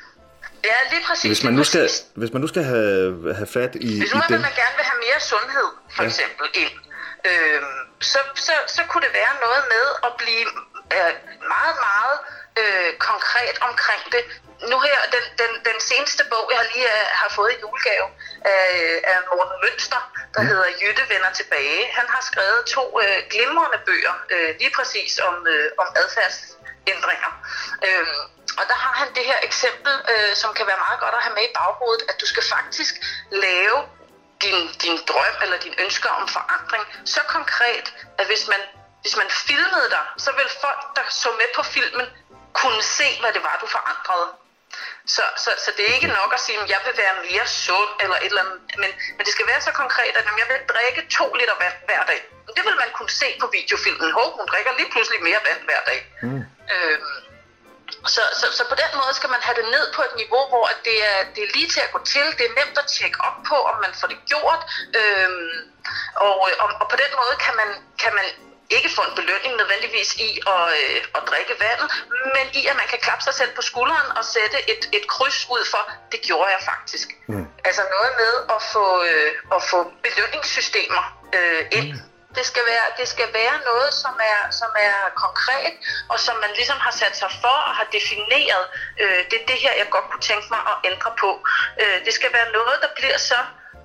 Ja, lige præcis. Hvis man nu skal, hvis man nu skal have, have fat i, hvis nu i den... man gerne vil have mere sundhed, for ja. eksempel, ind, øh, så, så, så kunne det være noget med at blive øh, meget, meget øh, konkret omkring det. Nu her, den, den, den seneste bog, jeg lige uh, har fået i julegave, af, af Morten Mønster, der mm. hedder Jytte vender tilbage. Han har skrevet to uh, glimrende bøger, uh, lige præcis om, uh, om adfærdsændringer. Uh, og der har han det her eksempel, uh, som kan være meget godt at have med i baghovedet, at du skal faktisk lave din, din drøm eller din ønsker om forandring så konkret, at hvis man, hvis man filmede dig, så vil folk, der så med på filmen, kunne se, hvad det var, du forandrede. Så, så, så det er ikke nok at sige, at jeg vil være mere sund eller et eller andet, men, men det skal være så konkret, at jeg vil drikke to liter vand hver dag. Det vil man kunne se på videofilmen. Hov, hun drikker lige pludselig mere vand hver dag. Mm. Øhm, så, så, så på den måde skal man have det ned på et niveau, hvor det er, det er lige til at gå til. Det er nemt at tjekke op på, om man får det gjort. Øhm, og, og, og på den måde kan man, kan man ikke få en belønning nødvendigvis i at, øh, at drikke vandet, men i at man kan klappe sig selv på skulderen og sætte et, et kryds ud for, det gjorde jeg faktisk. Mm. Altså noget med at få, øh, at få belønningssystemer øh, ind. Mm. Det skal være, det skal være noget, som er, som er konkret, og som man ligesom har sat sig for og har defineret. Øh, det er det her, jeg godt kunne tænke mig at ændre på. Øh, det skal være noget, der bliver så,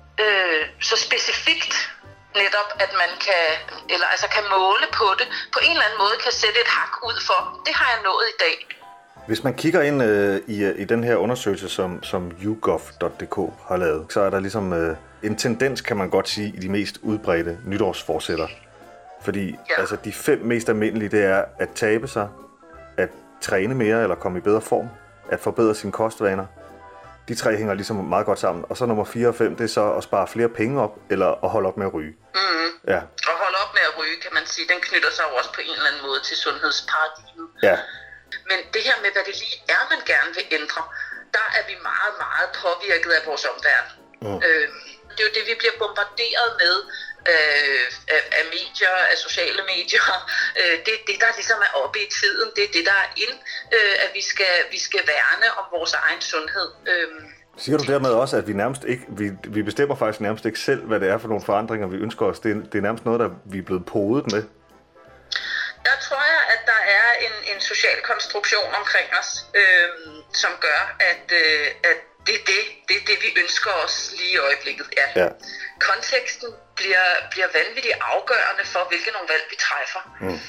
øh, så specifikt, netop at man kan, eller altså kan måle på det, på en eller anden måde kan sætte et hak ud for. Det har jeg nået i dag. Hvis man kigger ind øh, i, i den her undersøgelse, som, som YouGov punktum d k har lavet, så er der ligesom øh, en tendens, kan man godt sige, i de mest udbredte nytårsforsætter. Fordi ja. altså, de fem mest almindelige, det er at tabe sig, at træne mere eller komme i bedre form, at forbedre sine kostvaner. De tre hænger ligesom meget godt sammen. Og så nummer fire og fem, det er så at spare flere penge op, eller at holde op med at ryge. Mm-hmm. Ja. Og holde op med at ryge, kan man sige, den knytter sig jo også på en eller anden måde til sundhedsparadigmet. Ja. Men det her med, hvad det lige er, man gerne vil ændre, der er vi meget, meget påvirket af vores omverden. Mm. Øh, det er jo det, vi bliver bombarderet med øh, af, af medier, af sociale medier. Øh, det er det, der ligesom er oppe i tiden. Det er det, der er ind, øh, at vi skal, vi skal værne om vores egen sundhed. Øh, Siger du dermed også, at vi nærmest ikke, vi, vi bestemmer faktisk nærmest ikke selv, hvad det er for nogle forandringer, vi ønsker os? Det er, det er nærmest noget, der vi er blevet podet med? Der tror jeg, at der er en, en social konstruktion omkring os, øh, som gør, at, øh, at det, er det, det er det, vi ønsker os lige i øjeblikket. Ja. Ja. Konteksten bliver, bliver vanvittigt afgørende for, hvilke nogle valg vi træffer. Mm.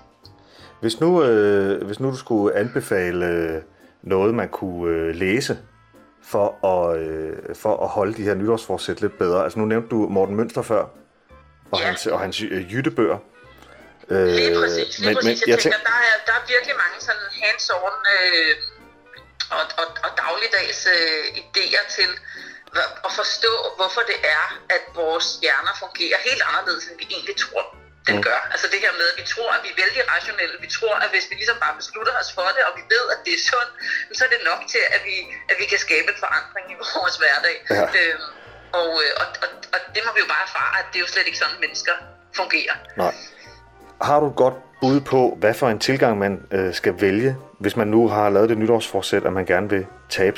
Hvis nu, øh, hvis nu du skulle anbefale øh, noget, man kunne øh, læse, for at, øh, for at holde de her nytårsforsæt lidt bedre. Altså nu nævnte du Morten Mønster før, og ja. hans, og hans øh, Jyttebøger. Øh, lige præcis. Lige men, præcis. Men, jeg, jeg tænker, tænker, der er, der er virkelig mange sådan hands-on øh, og, og, og dagligdags øh, idéer til at forstå, hvorfor det er, at vores hjerner fungerer helt anderledes, end vi egentlig tror, den mm. gør. Altså det her med, at vi tror, at vi er vældig rationelle. Vi tror, at hvis vi ligesom bare beslutter os for det, og vi ved, at det er sundt, så er det nok til, at vi, at vi kan skabe en forandring i vores hverdag. Ja. Øhm, og, og, og, og det må vi jo bare erfare, at det er jo slet ikke sådan, mennesker fungerer. Nej. Har du et godt bud på, hvad for en tilgang man øh, skal vælge, hvis man nu har lavet det nytårsforsæt, at man gerne vil tabe sig?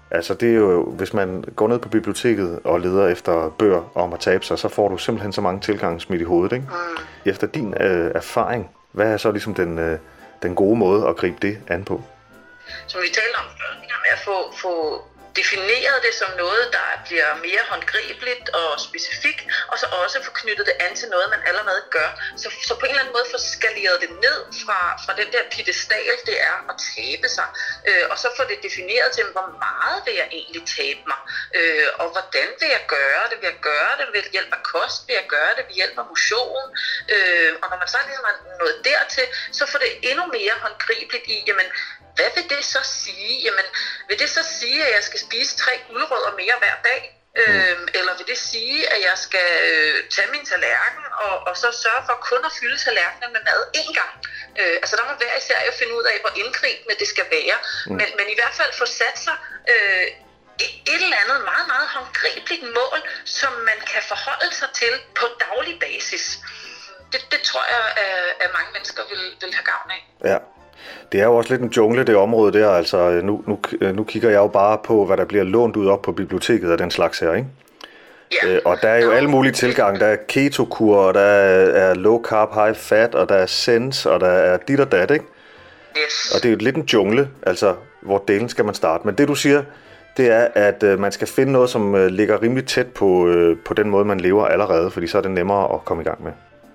Altså det er jo, hvis man går ned på biblioteket og leder efter bøger om at tabe sig, så får du simpelthen så mange tilgange smidt i hovedet, ikke? Mm. Efter din øh, erfaring, hvad er så ligesom den, øh, den gode måde at gribe det an på? Som vi talte om før, med at få, få defineret det som noget, der bliver mere håndgribeligt og specifikt, og så også få knyttet det an til noget, man allerede gør. Så, så på en eller anden måde få skaleret det ned fra, fra den der piedestal, det er at tabe sig, øh, og så få det defineret til, hvor meget vil jeg egentlig tabe mig, øh, og hvordan vil jeg gøre det? Vil jeg gøre det ved hjælp af kost? Vil jeg gøre det ved hjælp af motion? Øh, og når man så ligesom er nået dertil, så får det endnu mere håndgribeligt i, jamen, hvad vil det så sige? Jamen, vil det så sige, at jeg skal spise tre gulerødder mere hver dag? Mm. Øhm, eller vil det sige, at jeg skal øh, tage min tallerken og, og så sørge for kun at fylde tallerkenen med mad én gang? Øh, altså der må hver især jo finde ud af, hvor indgribende det skal være. Mm. Men, men i hvert fald få sat sig øh, et, et eller andet meget, meget håndgribeligt mål, som man kan forholde sig til på daglig basis. Det, det tror jeg, at mange mennesker vil, vil have gavn af. Ja. Det er jo også lidt en jungle, det område der. Altså, nu, nu, nu kigger jeg jo bare på, hvad der bliver lånt ud op på biblioteket af den slags her, ikke? Ja. Øh, og der er jo alle mulige tilgange. Der er keto-kur, og der er low carb, high fat, og der er sense, og der er dit og dat, ikke? Yes. Og det er jo lidt en jungle, altså, hvor delen skal man starte. Men det du siger, det er, at øh, man skal finde noget, som øh, ligger rimelig tæt på, øh, på den måde, man lever allerede, fordi så er det nemmere at komme i gang med.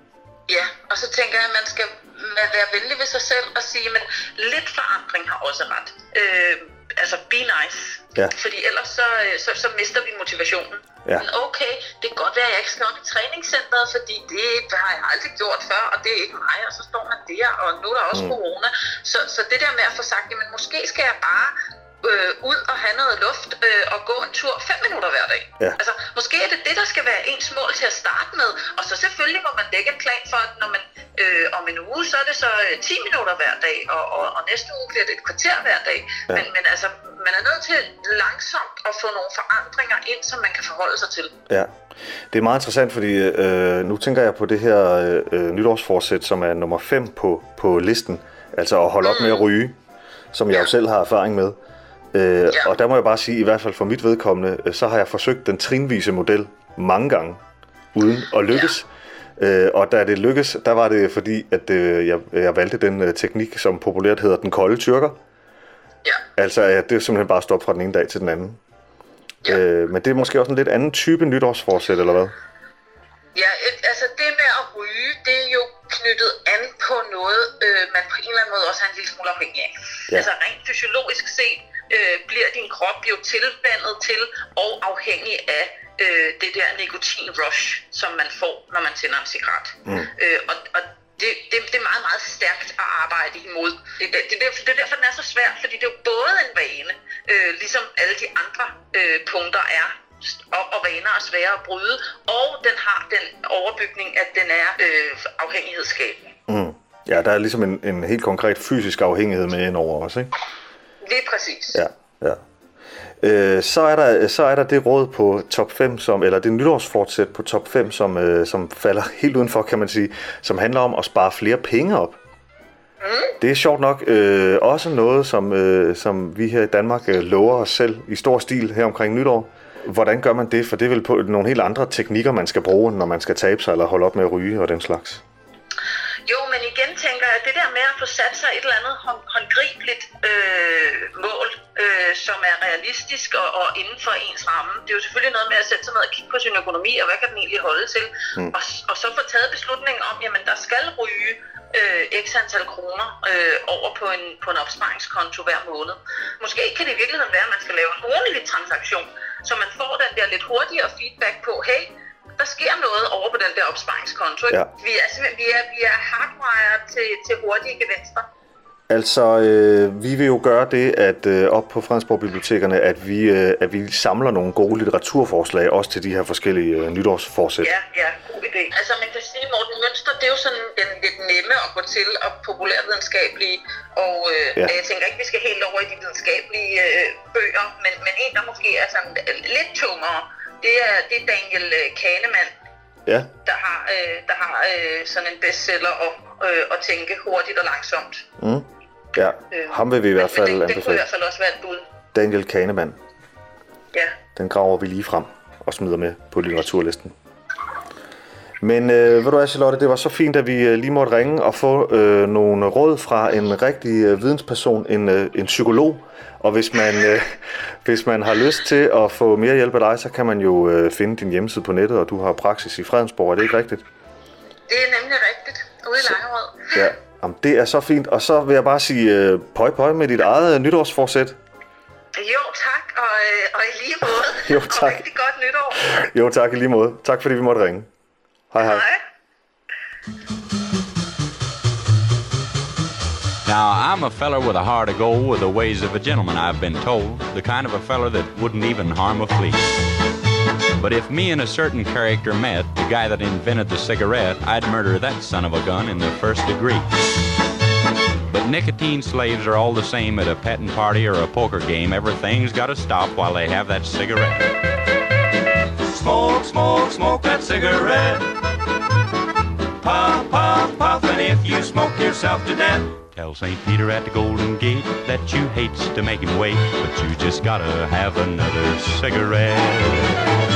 Ja, og så tænker jeg, at man skal at være venlig ved sig selv og sige, men lidt forandring har også ret. Øh, altså, be nice. Ja. Fordi ellers så, så, så mister vi motivationen. Ja. Men okay, det kan godt være, at jeg ikke skal op i træningscenteret, fordi det har jeg aldrig gjort før, og det er ikke mig, og så står man der, og nu er der også mm. corona. Så, så det der med at få sagt, jamen måske skal jeg bare øh, ud og have noget luft øh, og gå en tur fem minutter hver dag. Ja. Altså, måske er det det, der skal være ens mål til at starte med, og så selvfølgelig må man lægge en plan for, at når man øh, om en uge, så er det så ti minutter hver dag, og, og, og næste uge bliver det et kvarter hver dag. Ja. Men, men altså, man er nødt til langsomt at få nogle forandringer ind, som man kan forholde sig til. Ja, det er meget interessant, fordi øh, nu tænker jeg på det her øh, nytårsforsæt, som er nummer fem på, på listen, altså at holde op mm. med at ryge, som jeg ja. jo selv har erfaring med. Øh, ja. Og der må jeg bare sige, i hvert fald for mit vedkommende, så har jeg forsøgt den trinvise model mange gange, uden at lykkes. Ja. Øh, og da det lykkes, der var det fordi, at øh, jeg, jeg valgte den øh, teknik, som populært hedder den kolde tyrker. Ja. Altså, at det er simpelthen bare stoppe fra den ene dag til den anden. Ja. Øh, men det er måske også en lidt anden type nytårsforsæt, eller hvad? Ja, altså det med at ryge, det er jo knyttet an på noget, øh, man på en eller anden måde også er en lille smule afhængig af. Ja. Altså rent fysiologisk set øh, bliver din krop jo tilvandet til og afhængig af øh, det der nikotin-rush, som man får, når man tænder en cigaret. Mm. Øh, og, og det, det, det er meget, meget stærkt at arbejde imod. Det, det, det, det er derfor, den er så svær, fordi det er jo både en vane, øh, ligesom alle de andre øh, punkter er, og, og vaner er svære at bryde, og den har den overbygning, at den er øh, afhængighedsskabende. Mm. Ja, der er ligesom en, en helt konkret fysisk afhængighed med ind over os, ikke? Lige præcis. Ja, ja. Øh, så, er der, så er der det råd på top fem, som, eller det nytårsfortsæt på top fem, som, øh, som falder helt udenfor, kan man sige, som handler om at spare flere penge op. Mm. Det er sjovt nok øh, også noget, som, øh, som vi her i Danmark øh, lover os selv i stor stil her omkring nytår. Hvordan gør man det? For det er vel på nogle helt andre teknikker, man skal bruge, når man skal tabe sig eller holde op med at ryge og den slags. Jo, men igen tænker jeg, at det der med at få sat sig et eller andet håndgribeligt øh, mål, øh, som er realistisk og, og inden for ens ramme. Det er jo selvfølgelig noget med at sætte sig ned og kigge på sin økonomi, og hvad kan den egentlig holde til. Mm. Og, og så få taget beslutningen om, jamen der skal ryge øh, x antal kroner øh, over på en, på en opsparingskonto hver måned. Måske kan det i virkeligheden være, at man skal lave en ordentlig transaktion, så man får den der lidt hurtigere feedback på, hey, der sker noget over på den der opsparingskonto. Ja. Vi er simpelthen vi er, vi er hardwired til, til hurtige gevinster. Altså, øh, vi vil jo gøre det, at øh, op på Fredensborg-bibliotekerne, at vi, øh, at vi samler nogle gode litteraturforslag, også til de her forskellige øh, nytårsforsæt. Ja, ja, god idé. Altså, man kan sige, Morten Mønster, det er jo sådan den lidt nemme at gå til, og populærvidenskabelige, og øh, ja. jeg tænker ikke, vi skal helt over i de videnskabelige øh, bøger, men, men en, der måske er sådan lidt tungere, det er, det er Daniel Kahneman, ja. der har, øh, der har øh, sådan en bestseller om øh, at tænke hurtigt og langsomt. Mm. Ja, øh, ham vil vi i hvert fald anbefale. det, det kunne i hvert fald også være et bud. Daniel Kahneman. Ja. Den graver vi lige frem og smider med på litteraturlisten. Men øh, ved du hvad, Charlotte, det var så fint, at vi øh, lige måtte ringe og få øh, nogle råd fra en rigtig øh, vidensperson, en, øh, en psykolog. Og hvis man, øh, hvis man har lyst til at få mere hjælp af dig, så kan man jo øh, finde din hjemmeside på nettet, og du har praksis i Fredensborg, er det ikke rigtigt? Det er nemlig rigtigt, ude i Langerød. Ja, jamen, det er så fint. Og så vil jeg bare sige øh, pøj pøj med dit eget øh, nytårsforsæt. Jo, tak, og, øh, og i lige måde. Jo, tak. Og rigtig godt nytår. Jo, tak i lige måde. Tak fordi vi måtte ringe. Hej hej. Hej. Now, I'm a feller with a heart of gold, with the ways of a gentleman, I've been told. The kind of a feller that wouldn't even harm a flea. But if me and a certain character met, the guy that invented the cigarette, I'd murder that son of a gun in the first degree. But nicotine slaves are all the same at a petting party or a poker game. Everything's gotta stop while they have that cigarette. Smoke, smoke, smoke that cigarette. Puff, puff, puff, and if you smoke yourself to death, tell Saint Peter at the Golden Gate that you hates to make him wait, but you just gotta have another cigarette.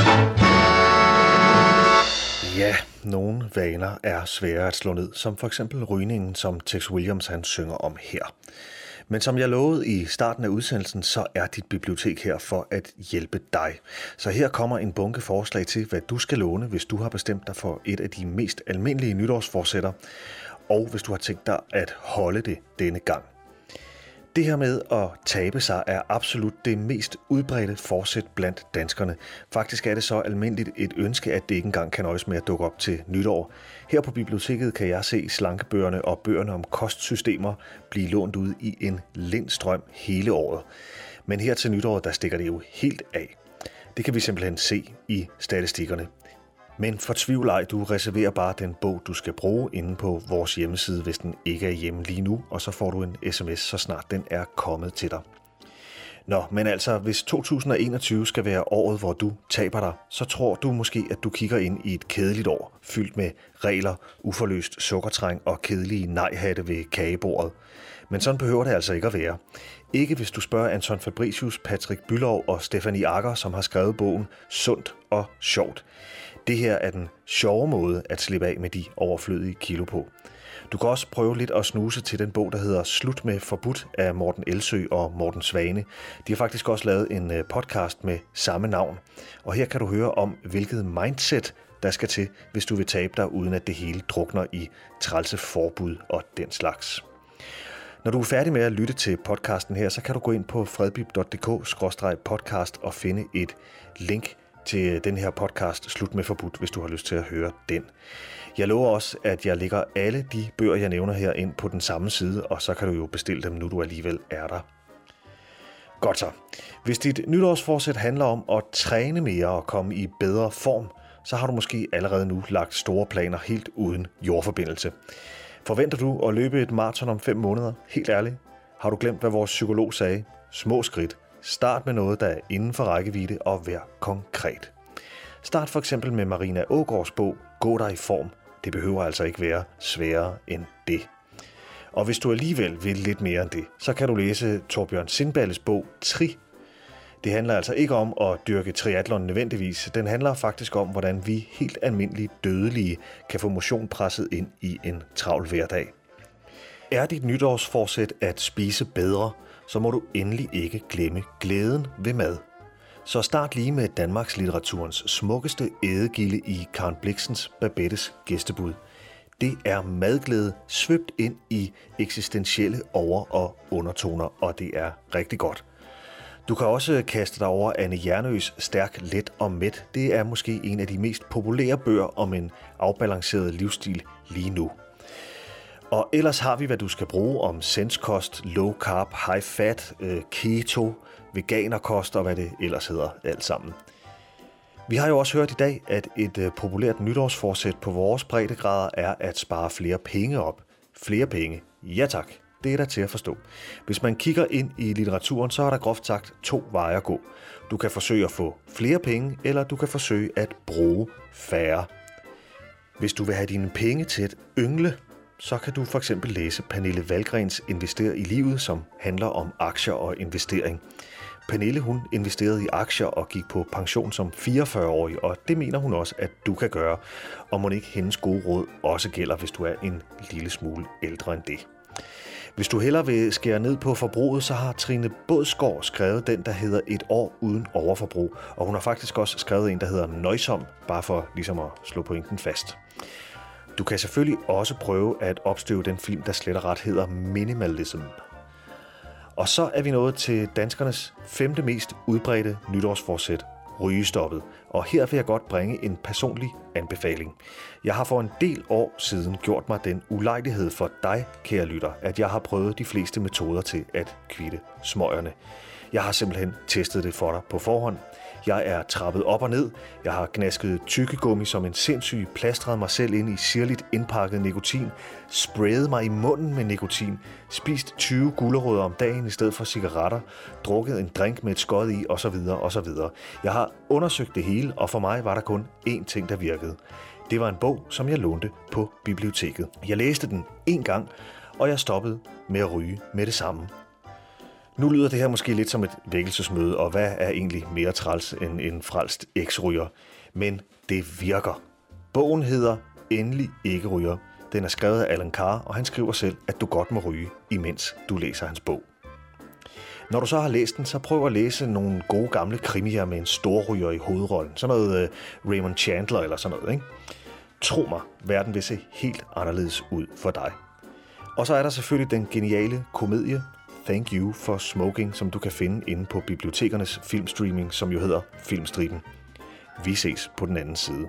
Ja, nogle vaner er svære at slå ned, som for eksempel rygningen, som Tex Williams han synger om her. Men som jeg lovede i starten af udsendelsen, så er dit bibliotek her for at hjælpe dig. Så her kommer en bunke forslag til, hvad du skal låne, hvis du har bestemt dig for et af de mest almindelige nytårsforsætter, og hvis du har tænkt dig at holde det denne gang. Det her med at tabe sig er absolut det mest udbredte forsæt blandt danskerne. Faktisk er det så almindeligt et ønske, at det ikke engang kan nøjes med at dukke op til nytår. Her på biblioteket kan jeg se slankebøgerne og bøgerne om kostsystemer blive lånt ud i en lindstrøm hele året. Men her til nytår, der stikker det jo helt af. Det kan vi simpelthen se i statistikkerne. Men fortvivl ej, du reserverer bare den bog, du skal bruge inde på vores hjemmeside, hvis den ikke er hjemme lige nu, og så får du en sms, så snart den er kommet til dig. Nå, men altså, hvis to tusind og enogtyve skal være året, hvor du taber dig, så tror du måske, at du kigger ind i et kedeligt år, fyldt med regler, uforløst sukkertræng og kedelige nej-hatte ved kagebordet. Men sådan behøver det altså ikke at være. Ikke hvis du spørger Anton Fabricius, Patrick Bülow og Stefanie Agger, som har skrevet bogen Sundt og Sjovt. Det her er den sjove måde at slippe af med de overflødige kilo på. Du kan også prøve lidt at snuse til den bog, der hedder Slut med forbudt af Morten Elsø og Morten Svane. De har faktisk også lavet en podcast med samme navn. Og her kan du høre om, hvilket mindset der skal til, hvis du vil tabe dig, uden at det hele drukner i trælse forbud og den slags. Når du er færdig med at lytte til podcasten her, så kan du gå ind på fredbib punktum d k skråstreg podcast og finde et link til den her podcast Slut med forbudt, hvis du har lyst til at høre den. Jeg lover også, at jeg lægger alle de bøger, jeg nævner her, ind på den samme side, og så kan du jo bestille dem, nu du alligevel er der. Godt så. Hvis dit nytårsforsæt handler om at træne mere og komme i bedre form, så har du måske allerede nu lagt store planer helt uden jordforbindelse. Forventer du at løbe et maraton om fem måneder? Helt ærligt. Har du glemt, hvad vores psykolog sagde? Små skridt. Start med noget, der er inden for rækkevidde, og vær konkret. Start for eksempel med Marina Ågaards bog Gå dig i form. Det behøver altså ikke være sværere end det. Og hvis du alligevel vil lidt mere end det, så kan du læse Torbjørn Sindballes bog Tri. Det handler altså ikke om at dyrke triathlon nødvendigvis. Den handler faktisk om, hvordan vi helt almindelige dødelige kan få motion presset ind i en travl hverdag. Er dit nytårsforsæt at spise bedre, så må du endelig ikke glemme glæden ved mad. Så start lige med Danmarks litteraturens smukkeste ædegilde i Karen Blixens Babettes gæstebud. Det er madglæde svøbt ind i eksistentielle over- og undertoner, og det er rigtig godt. Du kan også kaste dig over Anne Hjernøs Stærk, let og mæt. Det er måske en af de mest populære bøger om en afbalanceret livsstil lige nu. Og ellers har vi, hvad du skal bruge om senskost, low carb, high fat, keto, veganerkost og hvad det ellers hedder alt sammen. Vi har jo også hørt i dag, at et populært nytårsforsæt på vores breddegrader er at spare flere penge op. Flere penge. Ja tak, det er der til at forstå. Hvis man kigger ind i litteraturen, så er der groft sagt to veje at gå. Du kan forsøge at få flere penge, eller du kan forsøge at bruge færre. Hvis du vil have dine penge til at yngle, så kan du for eksempel læse Pernille Valgrens Invester i livet, som handler om aktier og investering. Pernille, hun investerede i aktier og gik på pension som fireogfyrre-årig, og det mener hun også, at du kan gøre. Og må ikke hendes gode råd også gælder, hvis du er en lille smule ældre end det. Hvis du hellere vil skære ned på forbruget, så har Trine Bådsgaard skrevet den, der hedder Et år uden overforbrug. Og hun har faktisk også skrevet en, der hedder Nøjsom, bare for ligesom at slå pointen fast. Du kan selvfølgelig også prøve at opstøve den film, der slet og ret hedder Minimalism. Og så er vi nået til danskernes femte mest udbredte nytårsforsæt, rygestoppet. Og her vil jeg godt bringe en personlig anbefaling. Jeg har for en del år siden gjort mig den ulejlighed for dig, kære lytter, at jeg har prøvet de fleste metoder til at kvitte smøgerne. Jeg har simpelthen testet det for dig på forhånd. Jeg er trappet op og ned. Jeg har gnasket tykkegummi som en sindssyg, plastret mig selv ind i sirligt indpakket nikotin, sprayet mig i munden med nikotin, spist tyve gulerødder om dagen i stedet for cigaretter, drukket en drink med et skod i osv. osv. Jeg har undersøgt det hele, og for mig var der kun én ting, der virkede. Det var en bog, som jeg lånte på biblioteket. Jeg læste den én gang, og jeg stoppede med at ryge med det samme. Nu lyder det her måske lidt som et vækkelsesmøde, og hvad er egentlig mere træls end en frelst eks-ryger? Men det virker. Bogen hedder Endelig ikke ryger. Den er skrevet af Allan Carr, og han skriver selv, at du godt må ryge, imens du læser hans bog. Når du så har læst den, så prøv at læse nogle gode gamle krimier med en storryger i hovedrollen. Sådan noget uh, Raymond Chandler eller sådan noget, ikke? Tro mig, verden vil se helt anderledes ud for dig. Og så er der selvfølgelig den geniale komedie Thank You for Smoking, som du kan finde inde på bibliotekernes filmstreaming, som jo hedder Filmstriben. Vi ses på den anden side.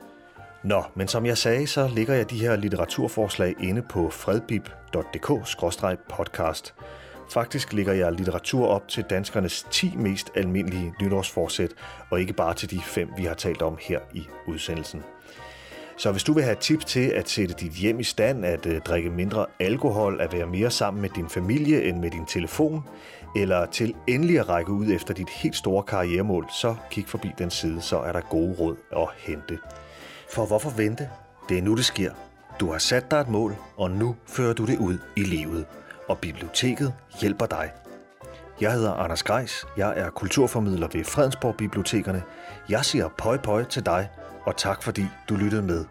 Nå, men som jeg sagde, så ligger jeg de her litteraturforslag inde på fredbib punktum d k skråstreg podcast. Faktisk ligger jeg litteratur op til danskernes ti mest almindelige nytårsforsæt, og ikke bare til de fem, vi har talt om her i udsendelsen. Så hvis du vil have tips til at sætte dit hjem i stand, at øh, drikke mindre alkohol, at være mere sammen med din familie end med din telefon, eller til endelig at række ud efter dit helt store karrieremål, så kig forbi den side, så er der gode råd at hente. For hvorfor vente? Det er nu, det sker. Du har sat dig et mål, og nu fører du det ud i livet. Og biblioteket hjælper dig. Jeg hedder Anders Grejs. Jeg er kulturformidler ved Fredensborg Bibliotekerne. Jeg siger pøj pøj til dig, og tak fordi du lyttede med.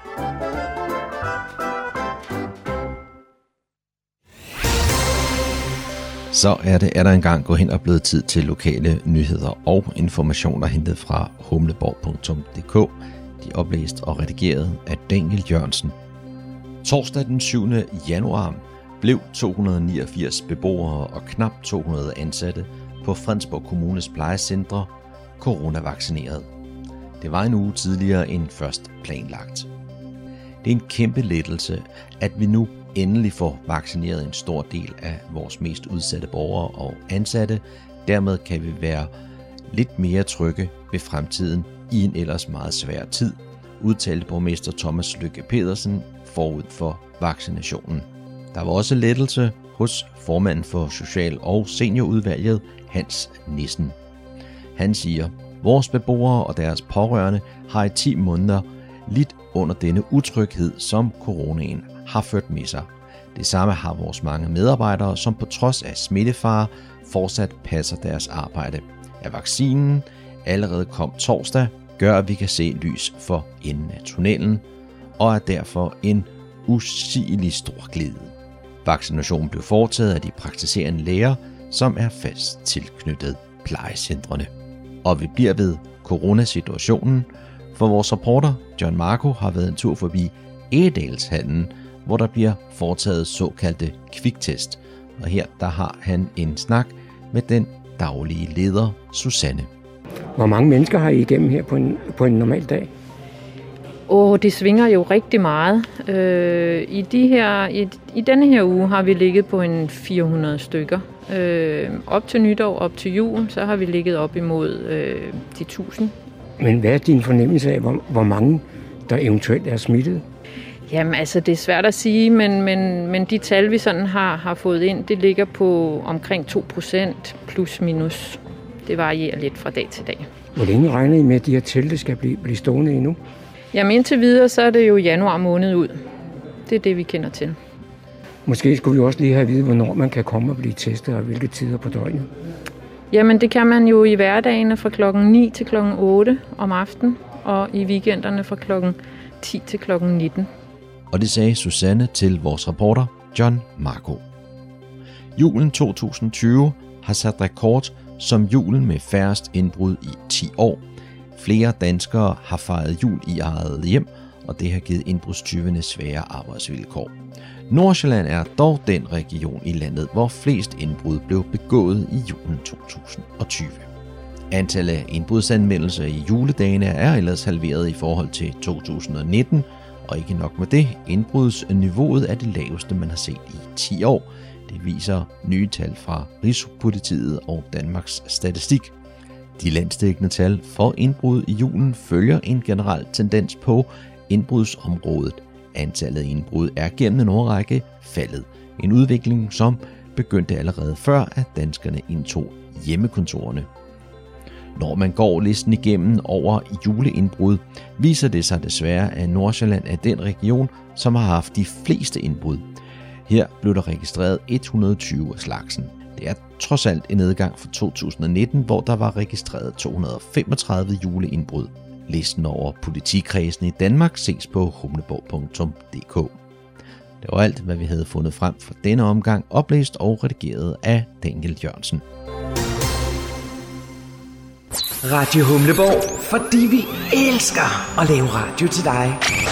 Så er det er der engang gået hen og blevet tid til lokale nyheder og informationer hentet fra humleborg punktum d k. De er oplæst og redigeret af Daniel Jørgensen. Torsdag den syvende januar blev to hundrede niogfirs beboere og knap to hundrede ansatte på Fredensborg Kommunes plejecentre coronavaccineret. Det var en uge tidligere end først planlagt. Det er en kæmpe lettelse, at vi nu endelig får vaccineret en stor del af vores mest udsatte borgere og ansatte. Dermed kan vi være lidt mere trygge ved fremtiden i en ellers meget svær tid, udtalte borgmester Thomas Lykke Pedersen forud for vaccinationen. Der var også lettelse hos formanden for Social- og Seniorudvalget, Hans Nissen. Han siger, vores beboere og deres pårørende har i ti måneder lidt under denne utryghed, som coronaen har ført med sig. Det samme har vores mange medarbejdere, som på trods af smittefare fortsat passer deres arbejde. At vaccinen allerede kom torsdag, gør, at vi kan se lys for enden af tunnelen, og er derfor en usigelig stor glæde. Vaccinationen blev foretaget af de praktiserende læger, som er fast tilknyttet plejecentrene. Og vi bliver ved coronasituationen, for vores reporter John Marco har været en tur forbi Egedalshallen, hvor der bliver foretaget såkaldte kviktest. Og her der har han en snak med den daglige leder, Susanne. Hvor mange mennesker har I igennem her på en, på en normal dag? Åh, det svinger jo rigtig meget. Øh, i, de her, i, I denne her uge har vi ligget på en fire hundrede stykker. Øh, op til nytår, op til jul, så har vi ligget op imod øh, de tusind. Men hvad er din fornemmelse af, hvor, hvor mange der eventuelt er smittet? Jamen altså, det er svært at sige, men, men, men de tal, vi sådan har, har fået ind, det ligger på omkring to procent plus minus. Det varierer lidt fra dag til dag. Hvor længe regner I med, at de her telte skal blive, blive stående endnu? Jamen indtil videre, så er det jo januar måned ud. Det er det, vi kender til. Måske skulle vi også lige have at vide, hvornår man kan komme og blive testet, og hvilke tider på døgnet. Jamen, det kan man jo i hverdagene fra klokken ni til klokken otte om aftenen, og i weekenderne fra klokken ti til klokken nitten. Og det sagde Susanne til vores reporter John Marco. Julen to tusind tyve har sat rekord som julen med færrest indbrud i ti år. Flere danskere har fejret jul i eget hjem, og det har givet indbrudstyvene svære arbejdsvilkår. Nordsjælland er dog den region i landet, hvor flest indbrud blev begået i julen to tusind tyve. Antallet af indbrudsanmeldelser i juledagene er ellers halveret i forhold til to tusind nitten, og ikke nok med det, indbrudsniveauet er det laveste, man har set i ti år. Det viser nye tal fra Rigspolitiet og Danmarks Statistik. De landsdækkende tal for indbrud i julen følger en generel tendens på indbrudsområdet. Antallet af indbrud er gennem en årrække faldet. En udvikling, som begyndte allerede før, at danskerne indtog hjemmekontorerne. Når man går listen igennem over juleindbrud, viser det sig desværre, at Nordsjælland er den region, som har haft de fleste indbrud. Her blev der registreret et hundrede og tyve af slagsen. Det er trods alt en nedgang fra to tusind nitten, hvor der var registreret to hundrede og femogtredive juleindbrud. Listen over politikredsen i Danmark ses på humleborg punktum d k. Det var alt, hvad vi havde fundet frem for denne omgang, oplæst og redigeret af Daniel Jørgensen. Radio Humleborg, fordi vi elsker at lave radio til dig.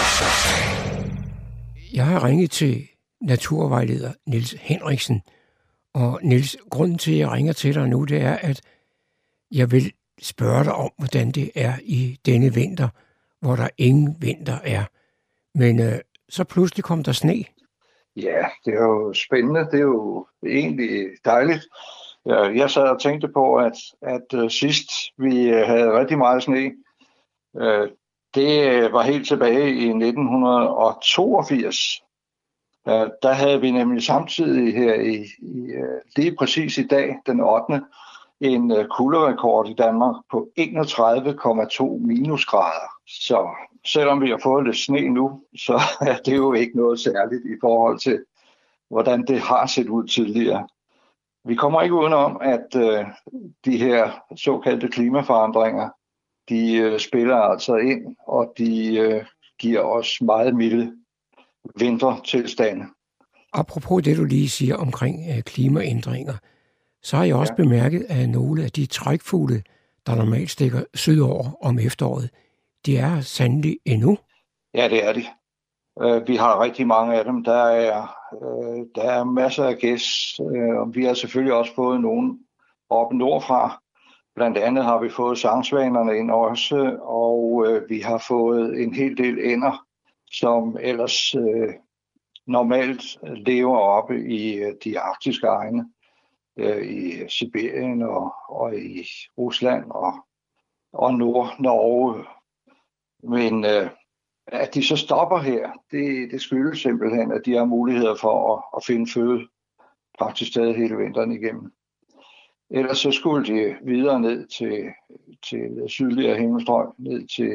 Jeg har ringet til naturvejleder Niels Henriksen. Og Niels, grunden til, at jeg ringer til dig nu, det er, at jeg vil spørge dig om, hvordan det er i denne vinter, hvor der ingen vinter er. Men øh, så pludselig kom der sne. Ja, det er jo spændende. Det er jo egentlig dejligt. Jeg sad og tænkte på, at, at uh, sidst vi havde rigtig meget sne, uh, det var helt tilbage i nitten toogfirs. Uh, der havde vi nemlig samtidig her i, i uh, lige præcis i dag, den ottende en uh, kulderekord i Danmark på enogtredive komma to minusgrader. Så selvom vi har fået lidt sne nu, så er det jo ikke noget særligt i forhold til, hvordan det har set ud tidligere. Vi kommer ikke udenom, at øh, de her såkaldte klimaforandringer, de øh, spiller altså ind, og de øh, giver os meget milde vintertilstande. Apropos det, du lige siger omkring øh, klimaændringer, så har jeg også ja. bemærket, at nogle af de trækfugle, der normalt stikker sydover om efteråret, de er sandelig endnu. Ja, det er de. Vi har rigtig mange af dem. Der er, der er masser af gæs, og vi har selvfølgelig også fået nogen op nordfra. Blandt andet har vi fået sangsvanerne ind også, og vi har fået en hel del ænder, som ellers normalt lever oppe i de arktiske egne, i Sibirien og, og i Rusland og, og Nord-Norge. Men at de så stopper her, det, det skyldes simpelthen, at de har muligheder for at, at finde føde praktisk taget hele vinteren igennem. Ellers så skulle de videre ned til, til sydligere himmelstrøg, ned til,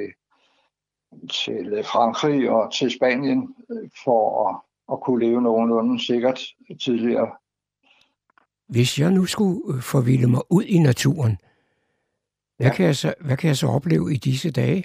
til Frankrig og til Spanien, for at, at kunne leve nogenlunde sikkert tidligere. Hvis jeg nu skulle forvilde mig ud i naturen, hvad, ja. kan jeg så, hvad kan jeg så opleve i disse dage?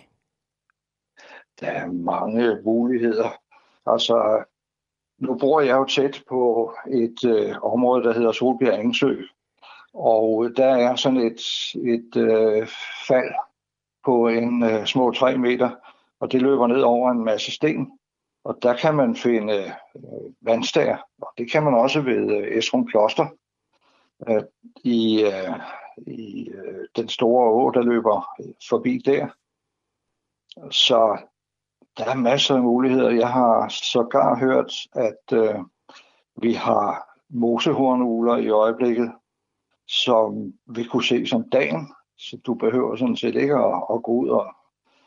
Der er mange muligheder. Altså, nu bor jeg jo tæt på et øh, område, der hedder Solbjerg Engsø. Og der er sådan et, et øh, fald på en øh, små tre meter, og det løber ned over en masse sten. Og der kan man finde øh, vandstager, og det kan man også ved øh, Esrum Kloster. Øh, I øh, i øh, den store å, der løber forbi der. Så der er masser af muligheder. Jeg har sågar hørt, at øh, vi har mosehornugler i øjeblikket, som vi kunne se som dagen. Så du behøver sådan set ikke at, at gå ud og,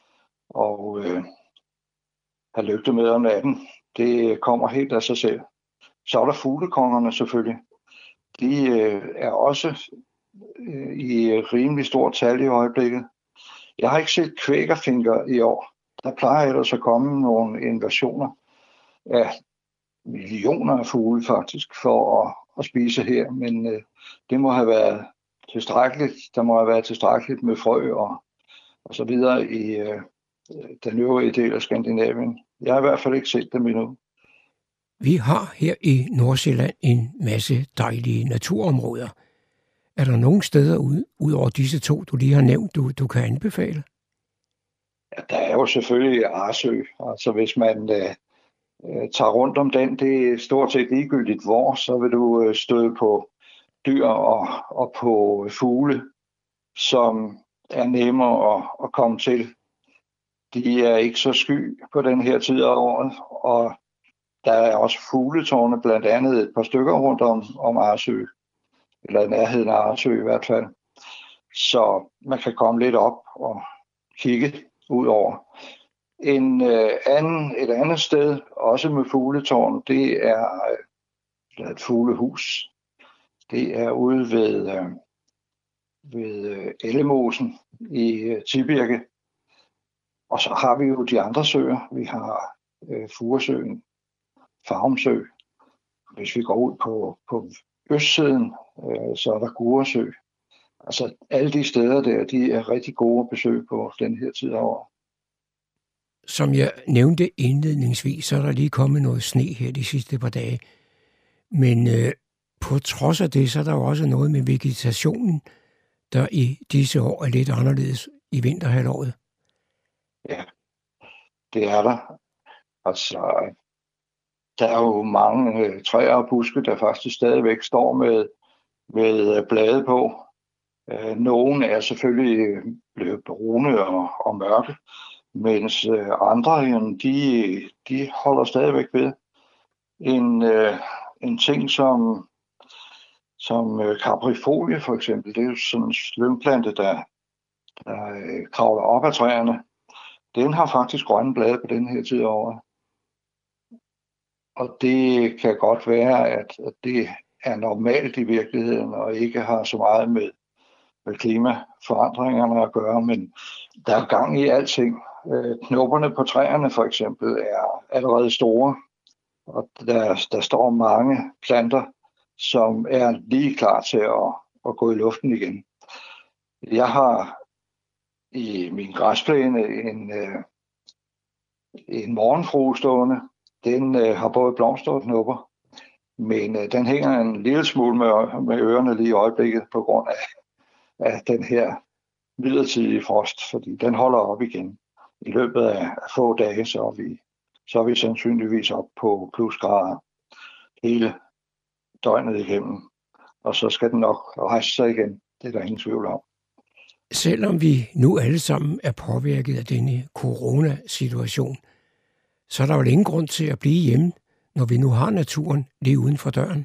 og øh, have lygte med om natten. Det kommer helt af sig selv. Så er der fuglekongerne selvfølgelig. De øh, er også øh, i rimelig stort tal i øjeblikket. Jeg har ikke set kvækerfinker i år. Der plejer ellers at komme nogle invasioner af millioner af fugle faktisk for at, at spise her. Men øh, det må have været tilstrækkeligt. Der må have været tilstrækkeligt med frø og, og så videre i øh, den øvrige del af Skandinavien. Jeg har i hvert fald ikke set dem endnu. Vi har her i Nordsjælland en masse dejlige naturområder. Er der nogle steder ud, ud over disse to, du lige har nævnt, du, du kan anbefale? Ja, der er jo selvfølgelig Arsø. Altså hvis man øh, tager rundt om den, det er stort set ligegyldigt hvor, så vil du øh, støde på dyr og, og på fugle, som er nemmere at, at komme til. De er ikke så sky på den her tid af året, og der er også fugletårne, blandt andet et par stykker rundt om, om Arsø, eller i nærheden af Arsø i hvert fald. Så man kan komme lidt op og kigge ud over. En, øh, anden, et andet sted, også med fugletårn, det er øh, et fuglehus. Det er ude ved, øh, ved øh, Ellemosen i øh, Tibirke. Og så har vi jo de andre søer. Vi har øh, Furesøen, Farumsø. Hvis vi går ud på, på østsiden, øh, så er der Guresø. Altså alle de steder der, de er rigtig gode at besøge på den her tid af året. Som jeg nævnte indledningsvis, så er der lige kommet noget sne her de sidste par dage. Men øh, på trods af det, så er der jo også noget med vegetationen, der i disse år er lidt anderledes i vinterhalvåret. Ja, det er der. Altså, der er jo mange øh, træer og buske, der faktisk stadigvæk står med, med øh, blade på. Øh, nogle er selvfølgelig blevet brune og, og mørke, mens øh, andre, jamen, de, de holder stadigvæk ved. En, øh, en ting som, som øh, kaprifolie for eksempel, det er jo sådan en slyngplante, der, der øh, kravler op ad træerne. Den har faktisk grønne blade på den her tid af året. Og det kan godt være, at, at det er normalt i virkeligheden, og ikke har så meget med, med klimaforandringerne at gøre, men der er gang i alting. Knopperne på træerne for eksempel er allerede store, og der, der står mange planter, som er lige klar til at, at gå i luften igen. Jeg har i min græsplæne en, en morgenfrue stående. Den øh, har både blomster og knopper, men øh, den hænger en lille smule med, med ørerne lige i øjeblikket på grund af, af den her midlertidige frost, fordi den holder op igen. I løbet af få dage, så er vi, så er vi sandsynligvis op på plusgrader hele døgnet igennem, og så skal den nok rejse sig igen. Det er der ingen tvivl om. Selvom vi nu alle sammen er påvirket af denne coronasituation, så er der jo ingen grund til at blive hjemme, når vi nu har naturen lige uden for døren.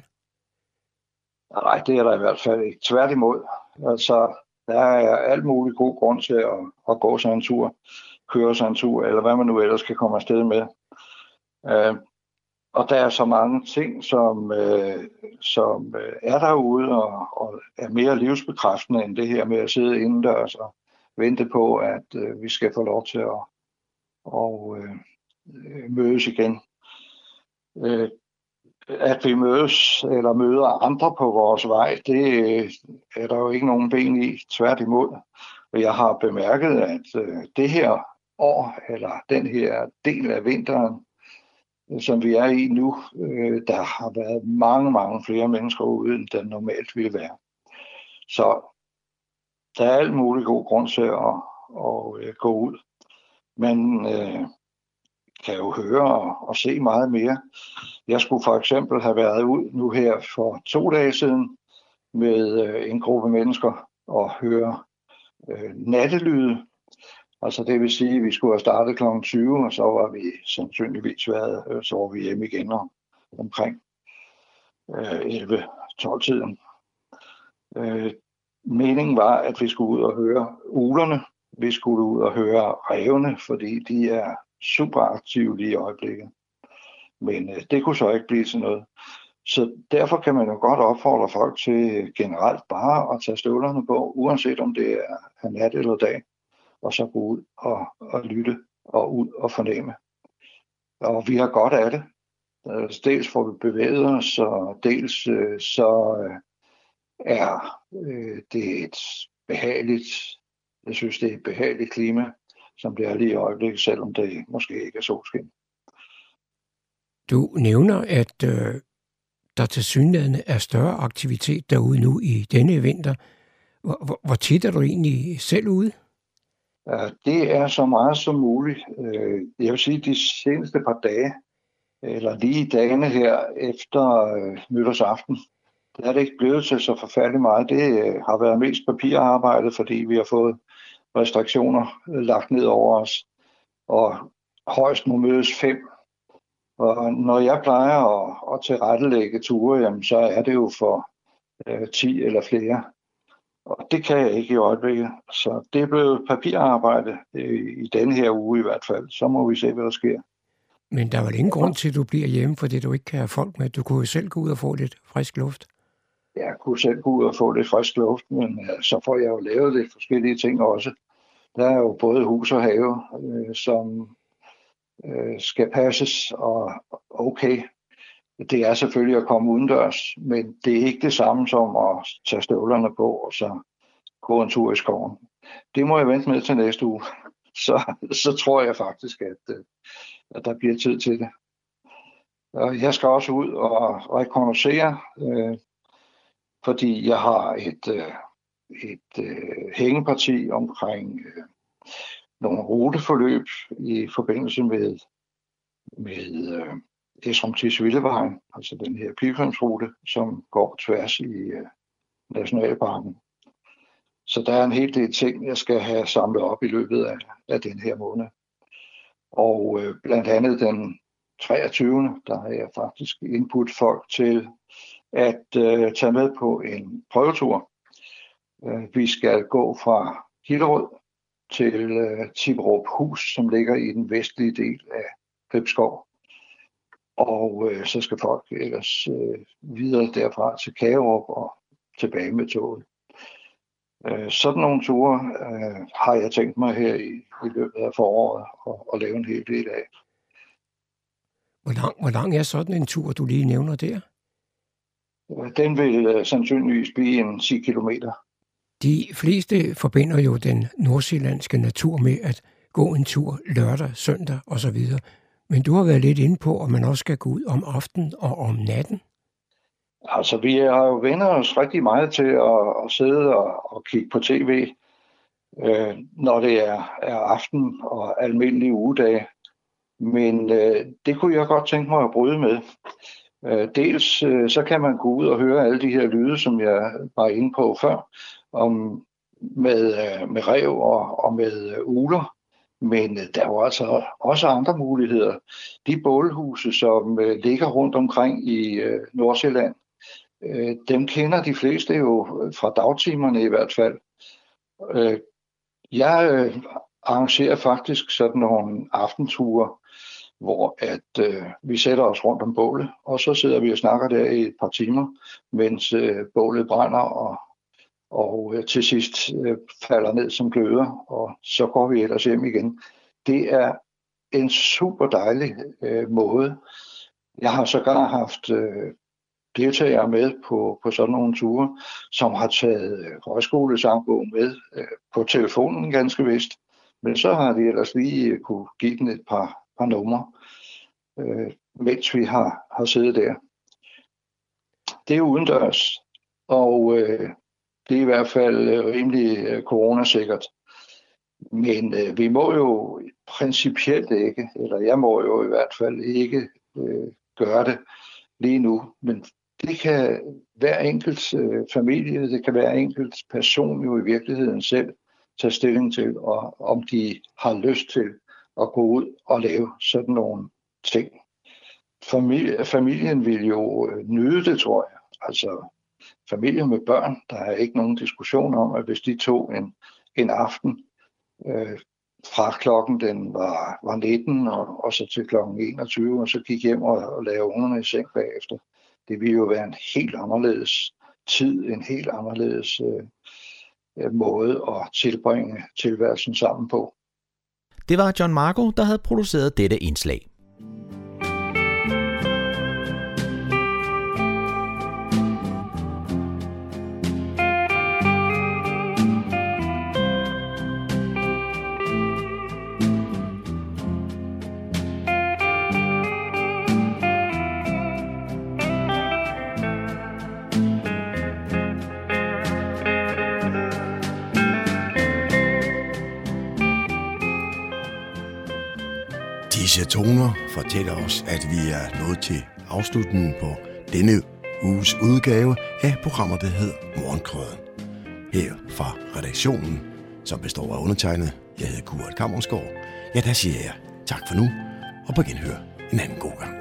Nej, det er der i hvert fald ikke. Tværtimod. Altså, der er alt muligt god grund til at, at gå sig en tur, køre sig en tur, eller hvad man nu ellers kan komme afsted med. Uh, og der er så mange ting, som, uh, som uh, er derude og, og er mere livsbekræftende end det her med at sidde indendørs og vente på, at uh, vi skal få lov til at og, uh, mødes igen. Uh, at vi mødes eller møder andre på vores vej, det uh, er der jo ikke nogen ben i, tværtimod. Og jeg har bemærket, at uh, det her år, eller den her del af vinteren, som vi er i nu, øh, der har været mange, mange flere mennesker ude, end der normalt ville være. Så der er alt muligt god grund til at, at, at gå ud. Man øh, kan jo høre og, og se meget mere. Jeg skulle for eksempel have været ud nu her for to dage siden med øh, en gruppe mennesker og høre øh, nattelyde. Altså det vil sige, at vi skulle have startet klokken tyve, og så var vi sandsynligvis været, så var vi hjemme igen om, omkring øh, elleve tolv tiden. Øh, meningen var, at vi skulle ud og høre uglerne. Vi skulle ud og høre rævene, fordi de er super aktive lige i øjeblikket. Men øh, det kunne så ikke blive til noget. Så derfor kan man jo godt opfordre folk til generelt bare at tage støvlerne på, uanset om det er nat eller dag, og så gå ud og, og lytte og ud og fornemme. Og vi har godt af det. Dels får vi bevæget os, og dels så er øh, det er et behageligt, jeg synes, det er et behageligt klima, som det er lige i øjeblikket, selvom det måske ikke er solskin. Du nævner, at øh, der tilsyneladende er større aktivitet derude nu i denne vinter. Hvor, hvor, hvor tit er du egentlig selv ude? Ja, det er så meget som muligt. Jeg vil sige, at de seneste par dage, eller lige dagene her efter øh, nytårsaften, der er det ikke blevet til så forfærdeligt meget. Det øh, har været mest papirarbejde, fordi vi har fået restriktioner øh, lagt ned over os, og højst må mødes fem. Og når jeg plejer at, at tilrettelægge ture, jamen, så er det jo for øh, ti eller flere. Og det kan jeg ikke i øjeblikket. Så det er blevet papirarbejde øh, i denne her uge i hvert fald. Så må vi se, hvad der sker. Men der er vel ingen grund til, at du bliver hjemme, fordi du ikke kan have folk med. Du kunne jo selv gå ud og få lidt frisk luft. Jeg kunne selv gå ud og få lidt frisk luft, men øh, så får jeg jo lavet lidt forskellige ting også. Der er jo både hus og have, øh, som øh, skal passes, og okay, det er selvfølgelig at komme udendørs, men det er ikke det samme som at tage støvlerne på og så gå en tur i skoven. Det må jeg vente med til næste uge. Så, så tror jeg faktisk, at, at der bliver tid til det. Og jeg skal også ud og rekognoscere, øh, fordi jeg har et, øh, et øh, hængeparti omkring øh, nogle ruteforløb i forbindelse med, med øh, Esrum-Tisvildevejen, altså den her pilgrimsrute, som går tværs i øh, Nationalparken. Så der er en hel del ting, jeg skal have samlet op i løbet af, af den her måned. Og øh, blandt andet den treogtyvende der har jeg faktisk input folk til at øh, tage med på en prøvetur. Øh, vi skal gå fra Hillerød til øh, Tiberup Hus, som ligger i den vestlige del af Gribskov. Og øh, så skal folk ellers øh, videre derfra til Kagerup og tilbage med toget. Øh, sådan nogle ture øh, har jeg tænkt mig her i, i løbet af foråret at, at lave en hel del af. Hvor lang, hvor lang er sådan en tur, du lige nævner der? Den vil øh, sandsynligvis blive en ti kilometer. De fleste forbinder jo den nordsjællandske natur med at gå en tur lørdag, søndag osv. Men du har været lidt inde på, at man også skal gå ud om aftenen og om natten. Altså, vi har jo vendt os rigtig meget til at, at sidde og, og kigge på tv, øh, når det er, er aften og almindelige ugedage. Men øh, det kunne jeg godt tænke mig at bryde med. Øh, dels øh, så kan man gå ud og høre alle de her lyde, som jeg var inde på før, om, med, øh, med ræv og, og med øh, ugler. Men øh, der er jo altså også andre muligheder. De bålhuse, som øh, ligger rundt omkring i øh, Nordsjælland, øh, dem kender de fleste jo fra dagtimerne i hvert fald. Øh, jeg øh, arrangerer faktisk sådan nogle aftenture, hvor at øh, vi sætter os rundt om bålet, og så sidder vi og snakker der i et par timer, mens øh, bålet brænder, og, og øh, til sidst øh, falder ned som gløder, og så går vi ellers hjem igen. Det er en super dejlig øh, måde. Jeg har sågar haft øh, deltagere med på, på sådan nogle ture, som har taget øh, højskolesangbogen med øh, på telefonen ganske vist, men så har de ellers lige øh, kunne give den et par par numre, øh, mens vi har, har siddet der. Det er udendørs, og øh, det er i hvert fald øh, rimelig øh, coronasikkert. Men øh, vi må jo principielt ikke, eller jeg må jo i hvert fald ikke øh, gøre det lige nu. Men det kan hver enkelt øh, familie, det kan hver enkelt person jo i virkeligheden selv tage stilling til, og om de har lyst til at gå ud og lave sådan nogle ting. Familie, familien vil jo nyde det, tror jeg. Altså familie med børn, der er ikke nogen diskussion om, at hvis de tog en, en aften øh, fra klokken den var, var nitten og, og så til klokken enogtyve, og så gik hjem og, og lavede ungerne i seng bagefter. Det ville jo være en helt anderledes tid, en helt anderledes øh, måde at tilbringe tilværelsen sammen på. Det var John Marco, der havde produceret dette indslag. Disse toner fortæller os, at vi er nået til afslutningen på denne uges udgave af programmet, der hedder Morgenkrøden. Her fra redaktionen, som består af undertegnet, jeg hedder Kurt Kammersgaard. Ja, der siger jeg tak for nu, og på genhør en anden god gang.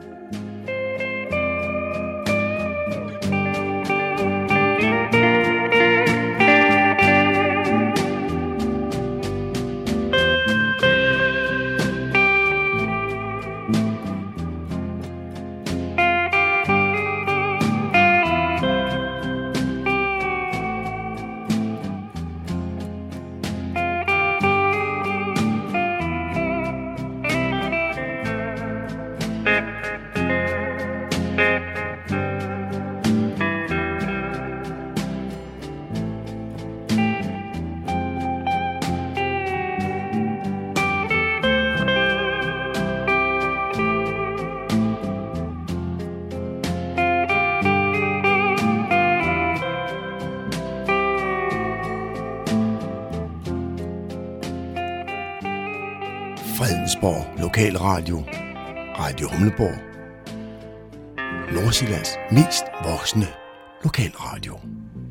Fredensborg Lokalradio, Radio Humleborg, Nordsjællands mest voksne lokalradio.